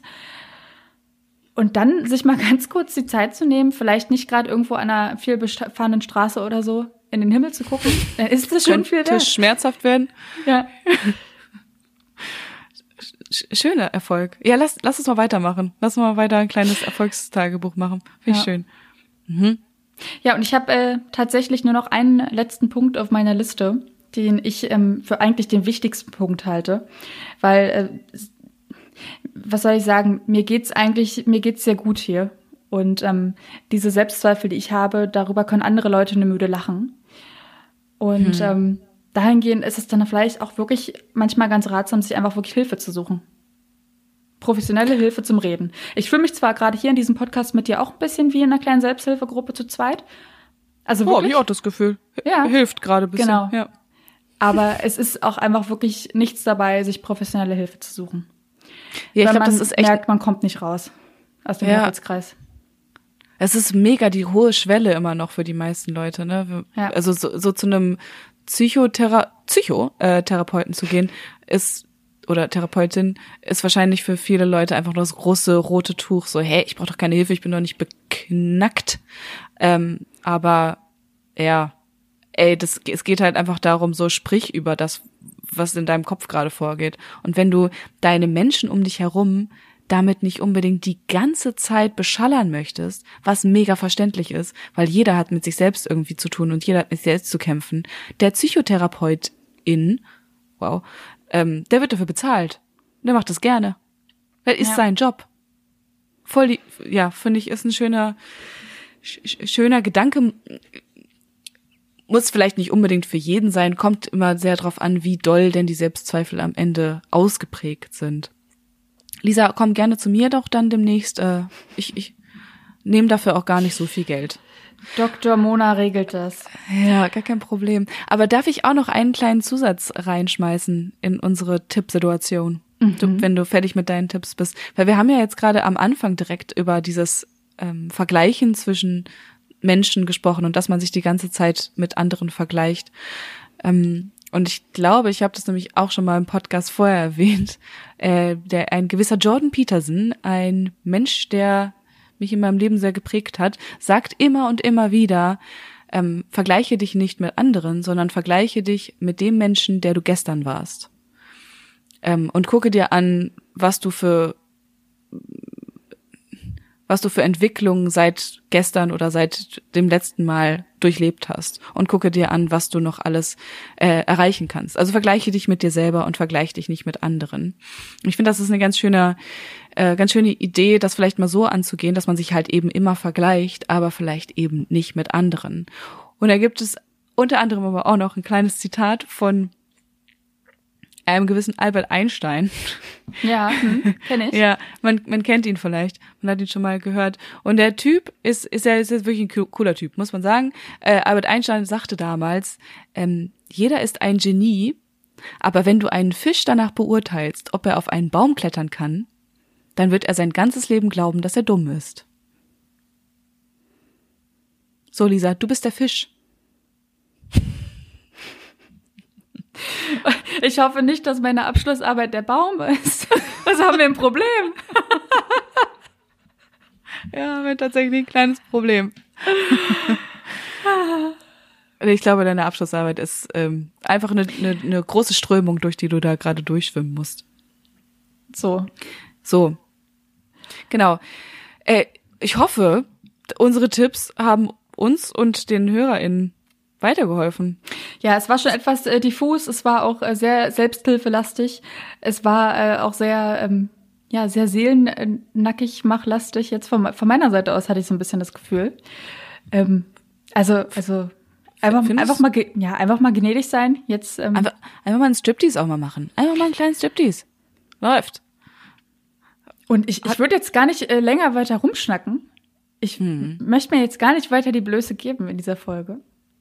Und dann sich mal ganz kurz die Zeit zu nehmen, vielleicht nicht gerade irgendwo an einer viel befahrenen Straße oder so, in den Himmel zu gucken, dann ist das schon viel wert. Könnte schmerzhaft werden. Ja. Schöner Erfolg. Ja, lass, lass uns mal weitermachen. Lass uns mal weiter ein kleines Erfolgstagebuch machen. Finde ich ja. schön. Mhm. Ja, und ich habe äh, tatsächlich nur noch einen letzten Punkt auf meiner Liste, den ich ähm, für eigentlich den wichtigsten Punkt halte, weil äh, was soll ich sagen, mir geht's eigentlich, mir geht's sehr gut hier und ähm, diese Selbstzweifel, die ich habe, darüber können andere Leute eine müde lachen und hm. ähm, dahingehend ist es dann vielleicht auch wirklich manchmal ganz ratsam, sich einfach wirklich Hilfe zu suchen. Professionelle Hilfe zum Reden. Ich fühle mich zwar gerade hier in diesem Podcast mit dir auch ein bisschen wie in einer kleinen Selbsthilfegruppe zu zweit. Also wirklich. Oh, hab ich auch das Gefühl. Ja. Hilft gerade ein bisschen. Genau. Ja. Aber es ist auch einfach wirklich nichts dabei, sich professionelle Hilfe zu suchen. Ja, ich Wenn glaube, man das ist echt merkt, man kommt nicht raus aus dem ja. Teufelskreis. Es ist mega die hohe Schwelle immer noch für die meisten Leute, ne? Ja. Also so, so zu einem Psychothera- Psychotherapeuten zu gehen, ist oder Therapeutin ist wahrscheinlich für viele Leute einfach nur das große rote Tuch, so, hey, ich brauche doch keine Hilfe, ich bin doch nicht beknackt. Ähm, aber ja, ey, das, es geht halt einfach darum, so sprich über das, was in deinem Kopf gerade vorgeht. Und wenn du deine Menschen um dich herum damit nicht unbedingt die ganze Zeit beschallern möchtest, was mega verständlich ist, weil jeder hat mit sich selbst irgendwie zu tun und jeder hat mit sich selbst zu kämpfen. Der Psychotherapeutin, wow, ähm, der wird dafür bezahlt. Der macht das gerne. Das ist Ja. sein Job. Voll die, ja, finde ich, ist ein schöner, sch- schöner Gedanke. Muss vielleicht nicht unbedingt für jeden sein, kommt immer sehr drauf an, wie doll denn die Selbstzweifel am Ende ausgeprägt sind. Lisa, komm gerne zu mir doch dann demnächst. Äh, ich ich nehme dafür auch gar nicht so viel Geld. Doktor Mona regelt das. Ja, gar kein Problem. Aber darf ich auch noch einen kleinen Zusatz reinschmeißen in unsere Tippsituation, Mhm. du, wenn du fertig mit deinen Tipps bist? Weil wir haben ja jetzt gerade am Anfang direkt über dieses ähm, Vergleichen zwischen Menschen gesprochen und dass man sich die ganze Zeit mit anderen vergleicht. Ähm, Und ich glaube, ich habe das nämlich auch schon mal im Podcast vorher erwähnt, äh, der ein gewisser Jordan Peterson, ein Mensch, der mich in meinem Leben sehr geprägt hat, sagt immer und immer wieder, ähm, vergleiche dich nicht mit anderen, sondern vergleiche dich mit dem Menschen, der du gestern warst. Ähm, und gucke dir an, was du für was du für Entwicklungen seit gestern oder seit dem letzten Mal durchlebt hast und gucke dir an, was du noch alles äh, erreichen kannst. Also vergleiche dich mit dir selber und vergleiche dich nicht mit anderen. Und ich finde, das ist eine ganz schöne, äh, ganz schöne Idee, das vielleicht mal so anzugehen, dass man sich halt eben immer vergleicht, aber vielleicht eben nicht mit anderen. Und da gibt es unter anderem aber auch noch ein kleines Zitat von einem gewissen Albert Einstein. Ja, hm, kenne ich. Ja, man, man kennt ihn vielleicht. Man hat ihn schon mal gehört. Und der Typ ist, ist ja, ist jetzt wirklich ein cooler Typ, muss man sagen. Äh, Albert Einstein sagte damals, ähm, jeder ist ein Genie, aber wenn du einen Fisch danach beurteilst, ob er auf einen Baum klettern kann, dann wird er sein ganzes Leben glauben, dass er dumm ist. So, Lisa, du bist der Fisch. Ich hoffe nicht, dass meine Abschlussarbeit der Baum ist. Das haben wir ein Problem. Ja, wir haben tatsächlich ein kleines Problem. Ich glaube, deine Abschlussarbeit ist ähm, einfach eine, eine, eine große Strömung, durch die du da gerade durchschwimmen musst. So. So. Genau. Äh, ich hoffe, unsere Tipps haben uns und den HörerInnen weitergeholfen. Ja, es war schon etwas äh, diffus, es war auch äh, sehr selbsthilfelastig, es war äh, auch sehr, ähm, ja, sehr seelennackig machlastig. Jetzt von, von meiner Seite aus hatte ich so ein bisschen das Gefühl. Ähm, also, also einfach, Findest- einfach mal, ge- ja, einfach mal gnädig sein. Jetzt, ähm, Einfach, einfach mal einen Striptease auch mal machen. Einfach mal einen kleinen Striptease. Läuft. und ich, ich würde jetzt gar nicht äh, länger weiter rumschnacken. Ich Hm. möchte mir jetzt gar nicht weiter die Blöße geben in dieser Folge.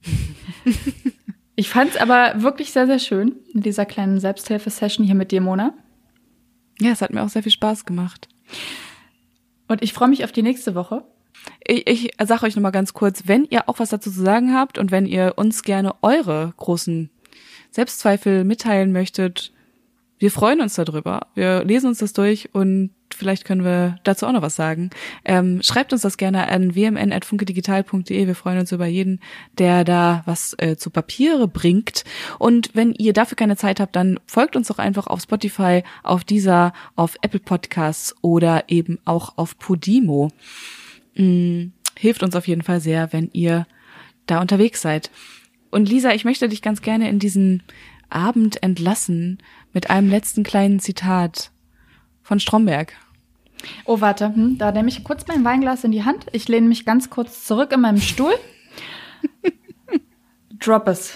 Ich fand es aber wirklich sehr, sehr schön in dieser kleinen Selbsthilfe-Session hier mit dir, Mona. Ja, es hat mir auch sehr viel Spaß gemacht. Und ich freue mich auf die nächste Woche. Ich, ich sage euch nochmal ganz kurz, wenn ihr auch was dazu zu sagen habt und wenn ihr uns gerne eure großen Selbstzweifel mitteilen möchtet, wir freuen uns darüber. Wir lesen uns das durch und vielleicht können wir dazu auch noch was sagen. Ähm, schreibt uns das gerne an w m n at funkedigital punkt d e. Wir freuen uns über jeden, der da was äh, zu Papiere bringt. Und wenn ihr dafür keine Zeit habt, dann folgt uns doch einfach auf Spotify, auf Deezer, auf Apple Podcasts oder eben auch auf Podimo. Mm, hilft uns auf jeden Fall sehr, wenn ihr da unterwegs seid. Und Lisa, ich möchte dich ganz gerne in diesen Abend entlassen mit einem letzten kleinen Zitat von Stromberg. Oh, warte, hm, da nehme ich kurz mein Weinglas in die Hand. Ich lehne mich ganz kurz zurück in meinem Stuhl. Drop es.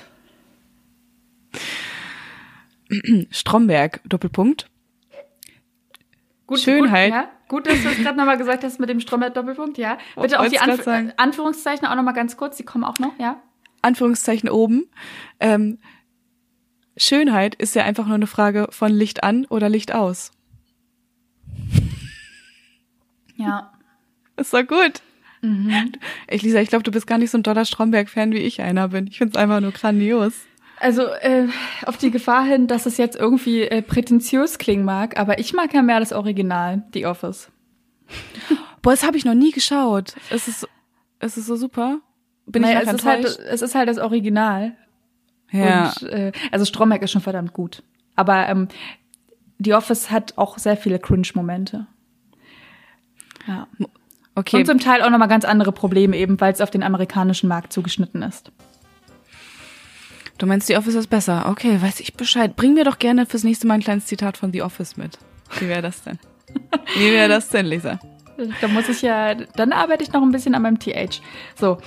Stromberg, Doppelpunkt. Gut, Schönheit. Gut, ja. Gut, dass du es gerade nochmal gesagt hast mit dem Stromberg-Doppelpunkt, ja. Bitte auch Wollt's die grad Anf sagen. Anführungszeichen auch nochmal ganz kurz, die kommen auch noch, ja. Anführungszeichen oben. Ähm, Schönheit ist ja einfach nur eine Frage von Licht an oder Licht aus. Ja. Ist doch gut. Mhm. Ich, Lisa, ich glaube, du bist gar nicht so ein doller Stromberg-Fan, wie ich einer bin. Ich finde es einfach nur grandios. Also äh, auf die Gefahr hin, dass es jetzt irgendwie äh, prätentiös klingen mag, aber ich mag ja mehr das Original, The Office. Boah, das habe ich noch nie geschaut. Es ist, es ist so super. Bin naja, ich noch es ist, halt, enttäuscht? es ist halt das Original. Ja. Und, äh, also Stromberg ist schon verdammt gut. Aber ähm, The Office hat auch sehr viele Cringe-Momente. Ja. Okay. Und zum Teil auch nochmal ganz andere Probleme, eben weil es auf den amerikanischen Markt zugeschnitten ist. Du meinst, The Office ist besser. Okay, weiß ich Bescheid. Bring mir doch gerne fürs nächste Mal ein kleines Zitat von The Office mit. Wie wäre das denn? Wie wäre das denn, Lisa? Da muss ich ja, dann arbeite ich noch ein bisschen an meinem T H. So.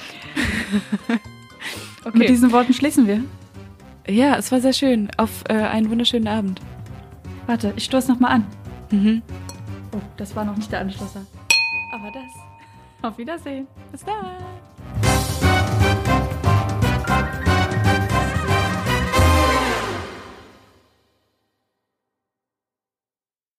Okay. Mit diesen Worten schließen wir. Ja, es war sehr schön. Auf äh, einen wunderschönen Abend. Warte, ich stoße noch mal an. Mhm. Oh, das war noch nicht der Anstoßer. Aber das. Auf Wiedersehen. Bis dann.